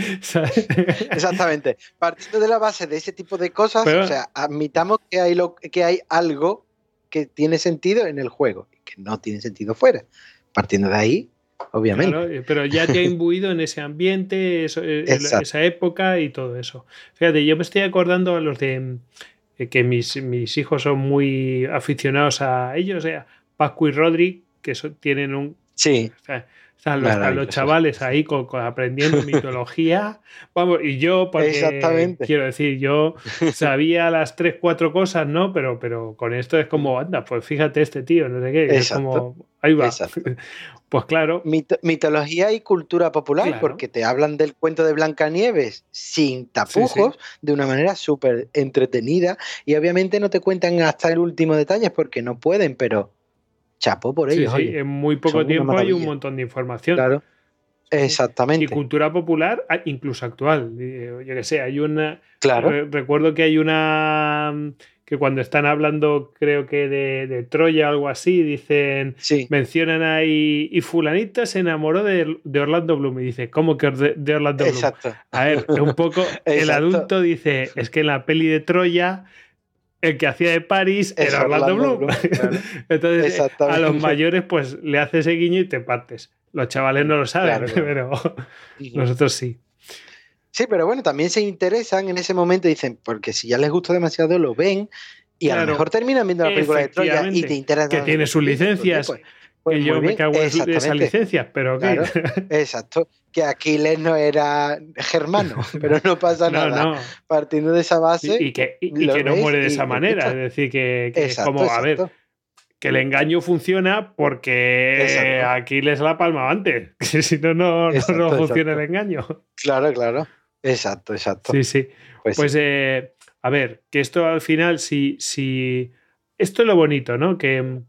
Exactamente. Partiendo de la base de ese tipo de cosas, pero, o sea, admitamos que hay, lo, que hay algo que tiene sentido en el juego y que no tiene sentido fuera. Partiendo de ahí, obviamente. Claro, pero ya te ha imbuido en ese ambiente, eso, esa época y todo eso. Fíjate, yo me estoy acordando a los de que mis, mis hijos son muy aficionados a ellos, o sea, Pascu y Rodri, que son, tienen un... Sí. O sea, están los, están los chavales ahí con, con aprendiendo mitología. Vamos, y yo, porque exactamente. Quiero decir, yo sabía las tres, cuatro cosas, ¿no? Pero, pero con esto es como, anda, pues fíjate este tío, no sé qué. Es como, ahí va. Exacto. Pues claro. Mito, mitología y cultura popular, claro. Porque te hablan del cuento de Blancanieves sin tapujos, sí, sí. de una manera súper entretenida. Y obviamente no te cuentan hasta el último detalle porque no pueden, pero chapo por ellos. Sí, sí. En muy poco tiempo hay un montón de información. Claro. Exactamente. Y cultura popular, incluso actual. Yo que sé, hay una. Claro. Re recuerdo que hay una. Que cuando están hablando, creo que de, de Troya o algo así, dicen. Sí. Mencionan ahí. Y Fulanita se enamoró de, de Orlando Bloom. Y dice, ¿cómo que de, de Orlando Bloom? Exacto. A ver, un poco. El adulto dice, es que en la peli de Troya. El que hacía de París es era Orlando, Orlando Bloom. Bloom claro. Entonces, a los mayores, pues le haces ese guiño y te partes. Los chavales no lo saben, claro, claro. pero uh-huh. nosotros sí. Sí, pero bueno, también se interesan en ese momento y dicen, porque si ya les gusta demasiado, lo ven y claro. a lo mejor terminan viendo la película de Troya y te interesan. Que tiene sus licencias. Pues, pues que yo me cago en esas licencias, pero claro, exacto. Que Aquiles no era germano, pero no pasa no, nada. No. Partiendo de esa base. Y, y que, y, y que no muere de esa manera. Es decir, que, que exacto, es como, exacto. a ver, que el engaño funciona porque exacto. Aquiles la palma antes. Si no, no, exacto, no funciona exacto. el engaño. Claro, claro. Exacto, exacto. Sí, sí. Pues, pues sí. Eh, a ver, que esto al final, si, si. Esto es lo bonito, ¿no? Que.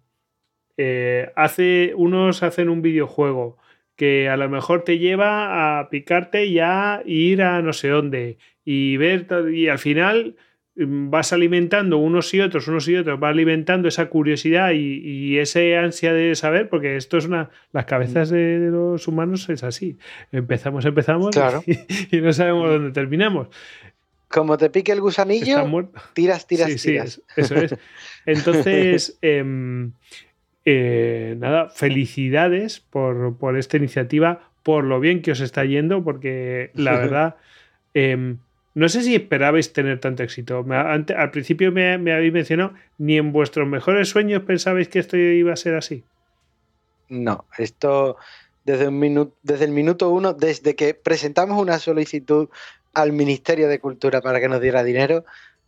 Eh, hace, unos hacen un videojuego que a lo mejor te lleva a picarte y a ir a no sé dónde y ver y al final vas alimentando unos y otros, unos y otros, va alimentando esa curiosidad y, y esa ansia de saber, porque esto es una, las cabezas de, de los humanos es así, empezamos, empezamos claro. y, y no sabemos dónde terminamos. Como te pique el gusanillo, tiras, tiras, sí, tiras. Sí, eso es. Entonces, eh, Eh, nada, felicidades por, por esta iniciativa, por lo bien que os está yendo, porque la verdad, eh, no sé si esperabais tener tanto éxito. Me, ante, al principio me, me habéis mencionado, ni en vuestros mejores sueños pensabais que esto iba a ser así. No, esto desde, un minuto, desde el minuto uno, desde que presentamos una solicitud al Ministerio de Cultura para que nos diera dinero,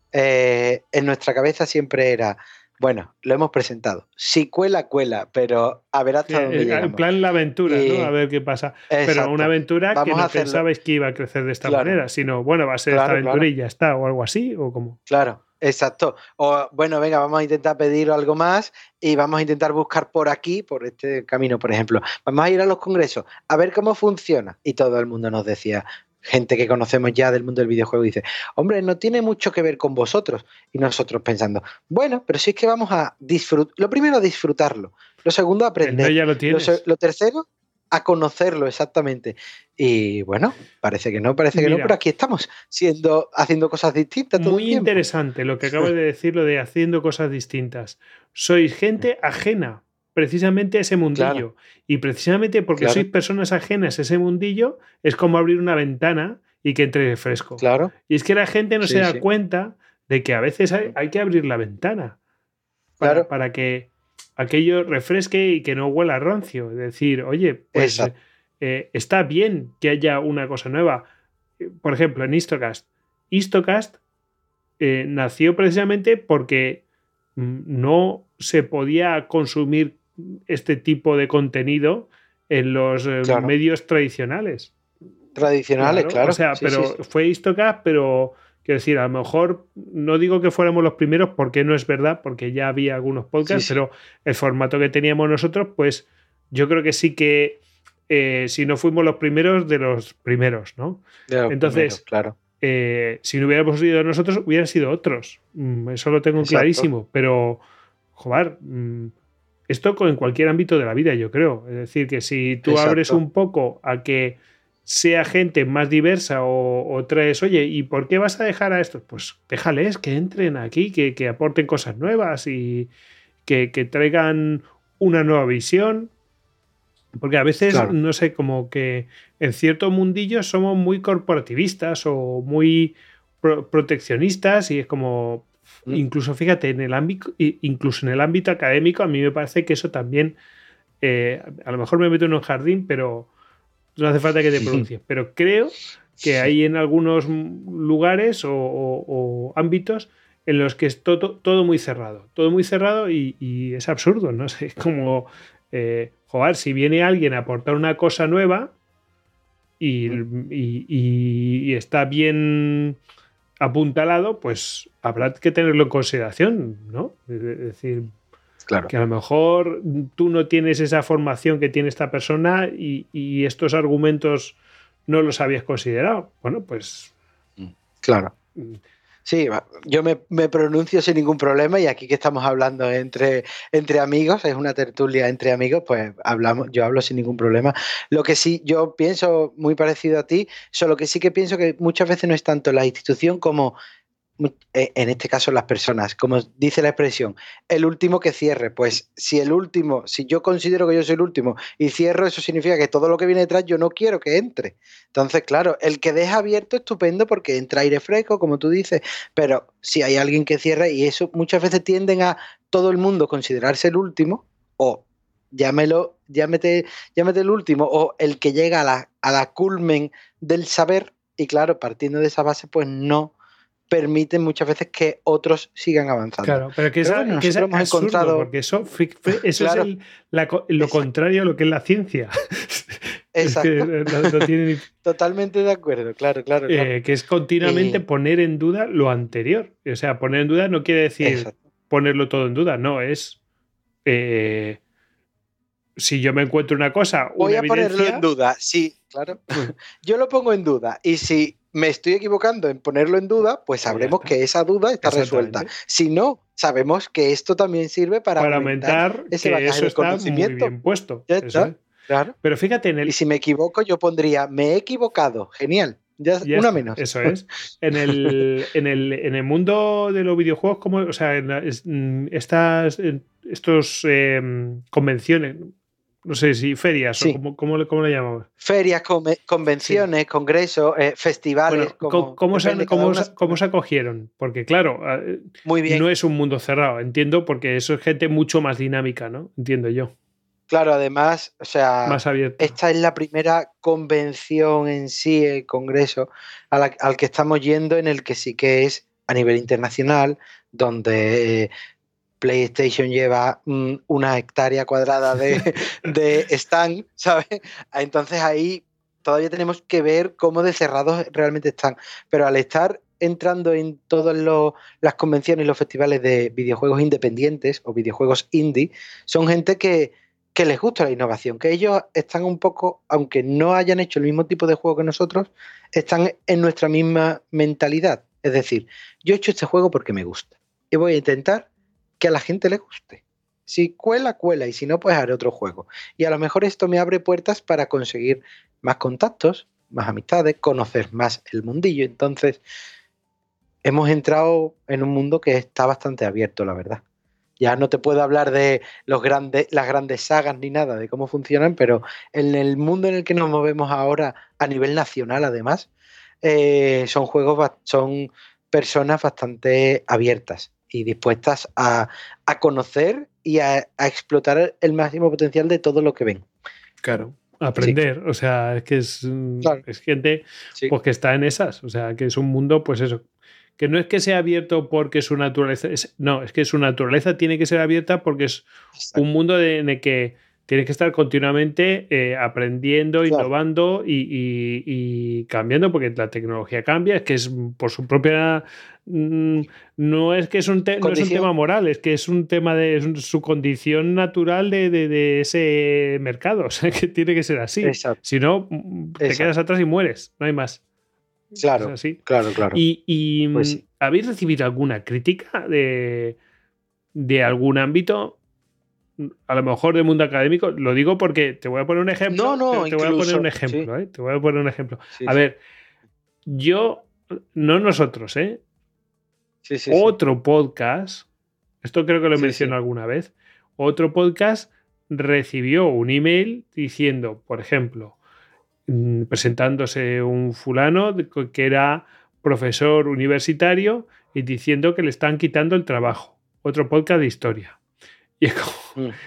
eh, en nuestra cabeza siempre era... Bueno, lo hemos presentado. Si cuela, cuela, pero a ver hasta dónde llegamos. En plan la aventura, y... ¿no? A ver qué pasa. Exacto. Pero una aventura Vamos que no pensabais que iba a crecer de esta claro. manera, sino, bueno, va a ser claro, esta aventura claro. y ya está, o algo así, o cómo. Claro, exacto. O, bueno, venga, vamos a intentar pedir algo más y vamos a intentar buscar por aquí, por este camino, por ejemplo. Vamos a ir a los congresos, a ver cómo funciona. Y todo el mundo nos decía... Gente que conocemos ya del mundo del videojuego dice, hombre, no tiene mucho que ver con vosotros. Y nosotros pensando, bueno, pero si es que vamos a disfrutar. Lo primero, a disfrutarlo. Lo segundo, a aprender. No, ya lo tienes. Lo, lo tercero, a conocerlo exactamente. Y bueno, parece que no, parece que Mira, no, pero aquí estamos, siendo, haciendo cosas distintas todo muy el tiempo. Interesante lo que acabas de decir, lo de haciendo cosas distintas. Sois gente ajena precisamente a ese mundillo. Claro. Y precisamente porque claro. sois personas ajenas a ese mundillo, es como abrir una ventana y que entre fresco. Claro. Y es que la gente no sí, se da sí. cuenta de que a veces hay, hay que abrir la ventana para, claro. para que aquello refresque y que no huela rancio. Es decir, oye, pues eh, está bien que haya una cosa nueva. Por ejemplo, en Histocast. Histocast eh, nació precisamente porque no se podía consumir este tipo de contenido en los eh, Claro. medios tradicionales. Tradicionales, claro. O sea, Sí, pero sí, sí. fue Histocast, pero quiero decir, a lo mejor no digo que fuéramos los primeros porque no es verdad, porque ya había algunos podcasts, Sí, sí. pero el formato que teníamos nosotros, pues yo creo que sí que eh, si no fuimos los primeros, de los primeros, ¿no? De los Entonces, primeros, claro. eh, si no hubiéramos sido nosotros, hubieran sido otros. Mm, Eso lo tengo Exacto. clarísimo, pero, joder, mm, esto en cualquier ámbito de la vida, yo creo. Es decir, que si tú Exacto. abres un poco a que sea gente más diversa o, o traes, oye, ¿y por qué vas a dejar a estos? Pues déjales que entren aquí, que, que aporten cosas nuevas y que, que traigan una nueva visión. Porque a veces, Claro. no sé, como que en cierto mundillo somos muy corporativistas o muy pro- proteccionistas y es como, Mm. incluso fíjate, en el ámbito, incluso en el ámbito académico, a mí me parece que eso también, eh, a lo mejor me meto en un jardín, pero no hace falta que te pronuncies, pero creo que hay en algunos lugares o, o- o ámbitos en los que es todo, todo muy cerrado, todo muy cerrado y, y es absurdo, no sé, como, eh, joder, si viene alguien a aportar una cosa nueva y, y- y- y está bien apuntalado, pues habrá que tenerlo en consideración, ¿no? Es decir, Claro. que a lo mejor tú no tienes esa formación que tiene esta persona y, y estos argumentos no los habías considerado. Bueno, pues... Claro. Sí, yo me, me pronuncio sin ningún problema y aquí que estamos hablando entre, entre amigos, es una tertulia entre amigos, pues hablamos, yo hablo sin ningún problema. Lo que sí, yo pienso muy parecido a ti, solo que sí que pienso que muchas veces no es tanto la institución como, en este caso, las personas. Como dice la expresión, el último que cierre. Pues si el último, si yo considero que yo soy el último y cierro, eso significa que todo lo que viene detrás yo no quiero que entre. Entonces, claro, el que deja abierto estupendo porque entra aire fresco, como tú dices, pero si hay alguien que cierra, y eso muchas veces tienden a todo el mundo considerarse el último, o llámelo, llámete, llámete el último, o el que llega a la, a la culmen del saber, y claro, partiendo de esa base, pues no permiten muchas veces que otros sigan avanzando. Claro, pero que, pero esa, bueno, que es hemos absurdo, encontrado... porque eso, eso claro, es el, la, lo exacto. contrario a lo que es la ciencia. Es que no, no tiene ni... Totalmente de acuerdo, claro, claro. claro. Eh, que es continuamente eh... poner en duda lo anterior. O sea, poner en duda no quiere decir exacto. ponerlo todo en duda, no, es... Eh, si yo me encuentro una cosa, voy una a evidencia... ponerlo en duda, sí, claro. Yo lo pongo en duda y si me estoy equivocando en ponerlo en duda, pues sabremos pues que esa duda está resuelta. Si no, sabemos que esto también sirve para, para aumentar, aumentar ese que bagaje eso de está conocimiento. Muy bien puesto. Ya eso está, es. claro. Pero fíjate en el... Y si me equivoco, yo pondría, me he equivocado. Genial. Ya, ya una está, menos. Eso es. En el, en el, en el mundo de los videojuegos, como, o sea, en es, estas estos eh, convenciones, no sé si ferias sí. o cómo, cómo, cómo le llamamos. Ferias, convenciones, sí. congresos, eh, festivales. Bueno, como ¿cómo, se, cómo, una... ¿Cómo se acogieron? Porque, claro, Muy bien. no es un mundo cerrado, entiendo, porque eso es gente mucho más dinámica, ¿no? Entiendo yo. Claro, además, o sea, más abierta. Esta es la primera convención en sí, el congreso, a la, al que estamos yendo, en el que sí que es a nivel internacional, donde... Eh, PlayStation lleva mm, una hectárea cuadrada de, de stand, ¿sabes? Entonces ahí todavía tenemos que ver cómo de cerrados realmente están. Pero al estar entrando en todas las convenciones y los festivales de videojuegos independientes o videojuegos indie, son gente que, que les gusta la innovación, que ellos están un poco, aunque no hayan hecho el mismo tipo de juego que nosotros, están en nuestra misma mentalidad. Es decir, yo he hecho este juego porque me gusta y voy a intentar que a la gente le guste. Si cuela, cuela, y si no, pues haré otro juego. Y a lo mejor esto me abre puertas para conseguir más contactos, más amistades, conocer más el mundillo. Entonces, hemos entrado en un mundo que está bastante abierto, la verdad. Ya no te puedo hablar de los grandes, las grandes sagas ni nada de cómo funcionan, pero en el mundo en el que nos movemos ahora, a nivel nacional además, eh, son juegos, son personas bastante abiertas y dispuestas a, a conocer y a, a explotar el máximo potencial de todo lo que ven. Claro. aprender. Sí. O sea, es que es, claro. es gente sí. pues que está en esas. O sea, que es un mundo, pues eso. Que no es que sea abierto porque su naturaleza. Es, no, es que su naturaleza tiene que ser abierta porque es Exacto. un mundo de, en el que tienes que estar continuamente eh, aprendiendo, claro. innovando y, y, y cambiando, porque la tecnología cambia. Es que es por su propia. Mmm, no es que es un, te, no es un tema moral, es que es un tema de es su condición natural de, de, de ese mercado. O sea, que tiene que ser así. Exacto. Si no, te Exacto. quedas atrás y mueres. No hay más. Claro, es así. claro, claro. ¿Y, y pues sí. habéis recibido alguna crítica de, de algún ámbito? A lo mejor del mundo académico, lo digo porque te voy a poner un ejemplo. No, no, te, te incluso, voy a poner un ejemplo, sí. ¿eh? Te voy a poner un ejemplo. Sí, a sí. ver, yo, no nosotros, ¿eh? Sí, sí, otro sí. podcast, esto creo que lo he sí, mencionado sí. alguna vez, otro podcast recibió un email diciendo, por ejemplo, presentándose un fulano que era profesor universitario y diciendo que le están quitando el trabajo. Otro podcast de historia. Y es como, mm.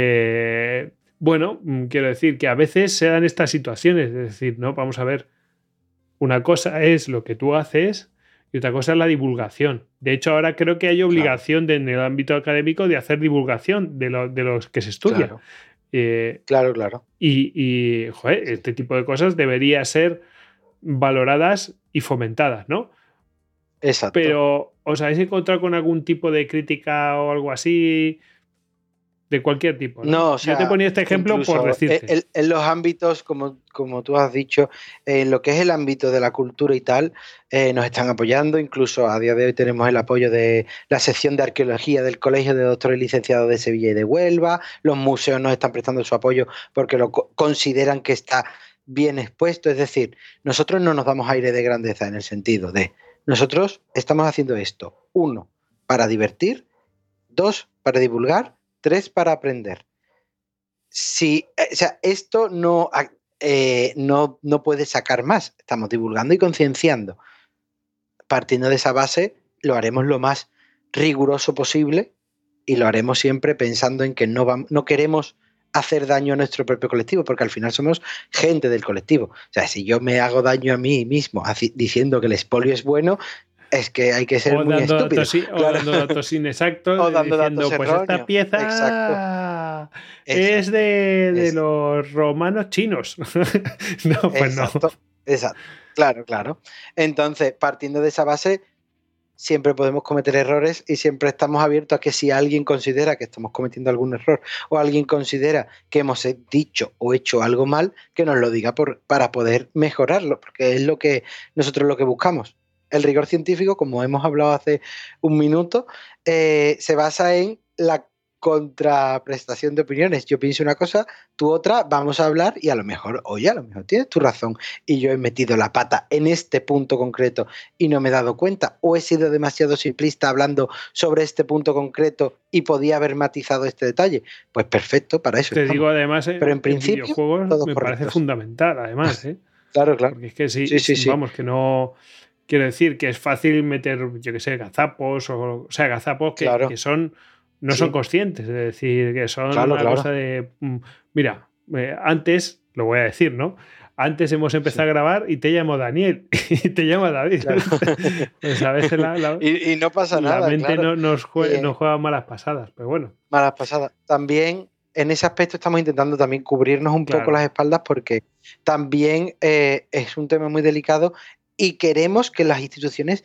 eh, bueno, quiero decir que a veces se dan estas situaciones, es decir, no, vamos a ver, una cosa es lo que tú haces y otra cosa es la divulgación. De hecho, ahora creo que hay obligación claro. de, en el ámbito académico de hacer divulgación de, lo, de los que se estudia. Claro, eh, claro. claro. Y, y joder, sí. este tipo de cosas debería ser valoradas y fomentadas, ¿no? Exacto. Pero, ¿os habéis encontrado con algún tipo de crítica o algo así? De cualquier tipo, ¿no? No, o sea, yo te ponía este ejemplo por decirte. En, en los ámbitos, como, como tú has dicho, en lo que es el ámbito de la cultura y tal, eh, nos están apoyando. Incluso a día de hoy tenemos el apoyo de la sección de arqueología del Colegio de Doctores y Licenciados de Sevilla y de Huelva. Los museos nos están prestando su apoyo porque lo consideran que está bien expuesto. Es decir, nosotros no nos damos aire de grandeza en el sentido de nosotros estamos haciendo esto. Uno, para divertir. Dos, para divulgar. Tres, para aprender. Si, o sea, esto no, eh, no, no puede sacar más. Estamos divulgando y concienciando. Partiendo de esa base, lo haremos lo más riguroso posible y lo haremos siempre pensando en que no, vamos, no queremos hacer daño a nuestro propio colectivo, porque al final somos gente del colectivo. O sea, si yo me hago daño a mí mismo diciendo que el expolio es bueno, es que hay que ser o muy dando estúpido. Datos, claro. O dando datos inexactos. O dando diciendo, datos pues erróneos. esta pieza Exacto. es de, de los romanos chinos. No, pues Exacto. no. Exacto. Claro, claro. Entonces, partiendo de esa base, siempre podemos cometer errores y siempre estamos abiertos a que si alguien considera que estamos cometiendo algún error o alguien considera que hemos dicho o hecho algo mal, que nos lo diga por, para poder mejorarlo, porque es lo que nosotros lo que buscamos. El rigor científico, como hemos hablado hace un minuto, eh, se basa en la contraprestación de opiniones. Yo pienso una cosa, tú otra, vamos a hablar y a lo mejor, oye, a lo mejor tienes tu razón y yo he metido la pata en este punto concreto y no me he dado cuenta, o he sido demasiado simplista hablando sobre este punto concreto y podía haber matizado este detalle. Pues perfecto, para eso Te estamos. digo además, eh, pero en principio, en videojuegos me correctos. parece fundamental, además. ¿eh? Claro, claro. Porque es que sí, sí, sí, sí. vamos, que no... Quiero decir que es fácil meter, yo que sé, gazapos, o, o sea, gazapos que, claro. que son no sí. son conscientes, es decir, que son claro, una claro. cosa de... Mira, eh, antes, lo voy a decir, ¿no? Antes hemos empezado sí. a grabar y te llamo Daniel y te llamo David. Claro. Pues a veces la, la, y, y no pasa la nada, mente claro. no, nos, juega, eh, nos juega malas pasadas, pero bueno. Malas pasadas. También... En ese aspecto estamos intentando también cubrirnos un claro. poco las espaldas porque también eh, es un tema muy delicado y queremos que las instituciones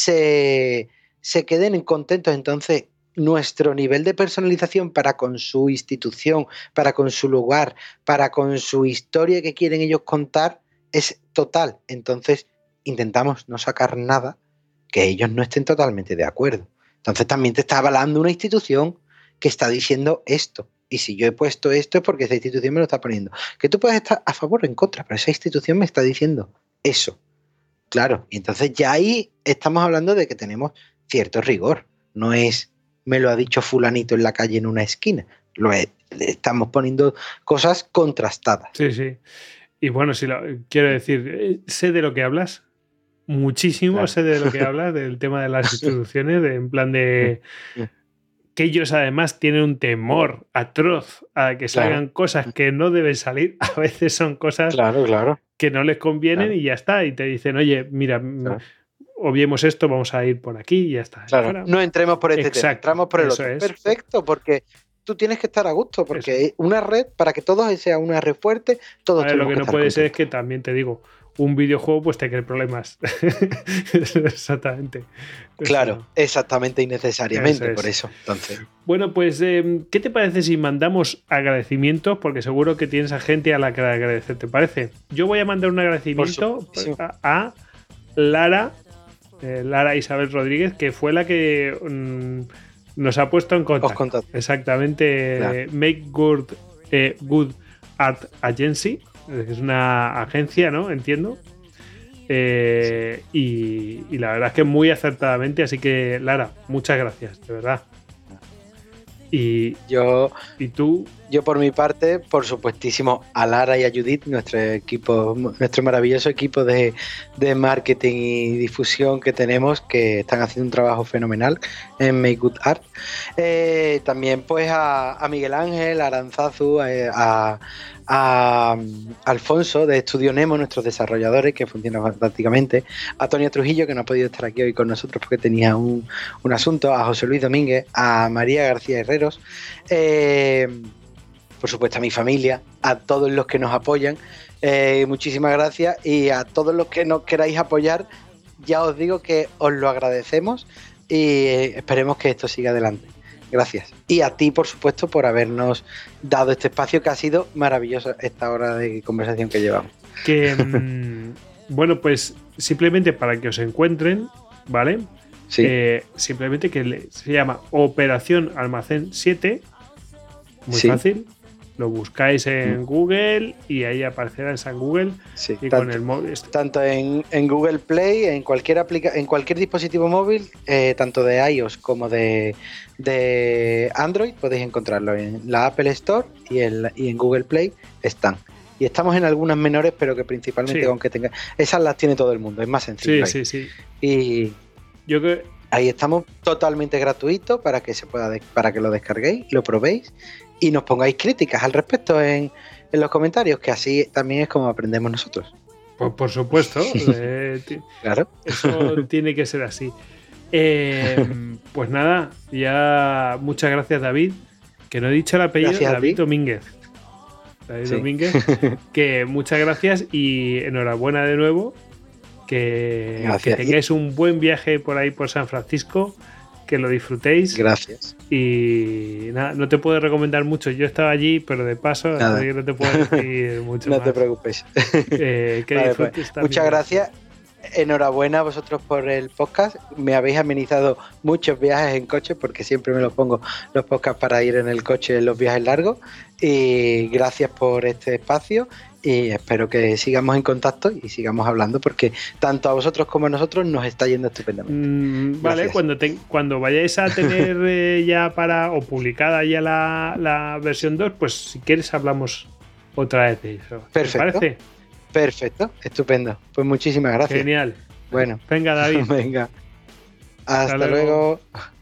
se, se queden contentos. Entonces, nuestro nivel de personalización para con su institución, para con su lugar, para con su historia que quieren ellos contar es total. Entonces, intentamos no sacar nada que ellos no estén totalmente de acuerdo. Entonces, también te está avalando una institución que está diciendo esto. Y si yo he puesto esto es porque esa institución me lo está poniendo. Que tú puedes estar a favor o en contra, pero esa institución me está diciendo eso. Claro, y entonces ya ahí estamos hablando de que tenemos cierto rigor. No es, me lo ha dicho fulanito en la calle en una esquina. Lo es, estamos poniendo cosas contrastadas. Sí, sí. Y bueno, si lo, quiero decir, sé de lo que hablas. Muchísimo claro. sé de lo que hablas, del tema de las instituciones, de, en plan de... que ellos además tienen un temor atroz a que salgan claro. cosas que no deben salir. A veces son cosas claro, claro. que no les convienen claro. y ya está. Y te dicen, oye, mira, claro. obviemos esto, vamos a ir por aquí y ya está. Claro. Ahora, no entremos por este tema, entramos por el otro. Es. Perfecto, porque tú tienes que estar a gusto, porque eso. una red, para que todo sea una red fuerte, todos vale, tenemos lo que, que no estar puede contentos. ser es que también te digo, un videojuego pues te cree problemas. Exactamente. Claro, eso. exactamente innecesariamente, eso es. por eso. Entonces. Bueno, pues, eh, ¿qué te parece si mandamos agradecimientos? Porque seguro que tienes a gente a la que agradecer, ¿te parece? Yo voy a mandar un agradecimiento a, a Lara, eh, Lara Isabel Rodríguez, que fue la que mmm, nos ha puesto en contacto. Exactamente, claro. Make Good, eh, Good Art Agency. Es una agencia, ¿no? Entiendo. Eh, y, y la verdad es que muy acertadamente. Así que, Lara, muchas gracias, de verdad. Y yo, y tú. Yo, por mi parte, por supuestísimo, a Lara y a Judith, nuestro equipo, nuestro maravilloso equipo de, de marketing y difusión que tenemos, que están haciendo un trabajo fenomenal en Make Good Art. Eh, también, pues, a, a Miguel Ángel, a Aranzazu, a, a a Alfonso de Estudio Nemo, nuestros desarrolladores, que funcionan fantásticamente, a Tonia Trujillo, que no ha podido estar aquí hoy con nosotros porque tenía un, un asunto, a José Luis Domínguez, a María García Herreros, eh, por supuesto a mi familia, a todos los que nos apoyan, eh, muchísimas gracias, y a todos los que nos queráis apoyar, ya os digo que os lo agradecemos y esperemos que esto siga adelante. Gracias. Y a ti, por supuesto, por habernos dado este espacio, que ha sido maravilloso esta hora de conversación que llevamos. Que, mmm, bueno, pues simplemente para que os encuentren, ¿vale? Sí. Eh, simplemente que le, se llama Operación Almacén siete. Muy sí. fácil. Lo buscáis en mm. Google y ahí aparecerá en San Google. Sí, y tanto, con el móvil. Tanto en, en Google Play, en cualquier aplica en cualquier dispositivo móvil, eh, tanto de iOS como de, de Android, podéis encontrarlo en la Apple Store y en, y en Google Play están. Y estamos en algunas menores, pero que principalmente, sí. aunque tenga. Esas las tiene todo el mundo, es más sencillo. Sí, ahí. sí, sí. Y. Yo creo. Ahí estamos totalmente gratuito para que se pueda de, para que lo descarguéis, lo probéis y nos pongáis críticas al respecto en, en los comentarios, que así también es como aprendemos nosotros. Pues por supuesto. eh, claro. Eso tiene que ser así. Eh, pues nada, ya muchas gracias, David. Que no he dicho el apellido, gracias David Domínguez. David sí. Domínguez. Que muchas gracias y enhorabuena de nuevo. Que, que tengáis un buen viaje por ahí por San Francisco, que lo disfrutéis. Gracias. Y nada, no te puedo recomendar mucho. Yo estaba allí, pero de paso, así que no te puedo decir mucho no más. te preocupes. Eh, que vale, disfrutes pues, muchas gracias. Enhorabuena a vosotros por el podcast. Me habéis amenizado muchos viajes en coche, porque siempre me los pongo los podcasts para ir en el coche en los viajes largos. Y gracias por este espacio. Y espero que sigamos en contacto y sigamos hablando, porque tanto a vosotros como a nosotros nos está yendo estupendamente. Mm, vale, cuando, te, cuando vayáis a tener eh, ya para o publicada ya la, la versión dos, pues si quieres hablamos otra vez de eso. Perfecto. ¿Te parece? Perfecto, estupendo. Pues muchísimas gracias. Genial. Bueno. Venga, David. Venga. Hasta, Hasta luego. luego.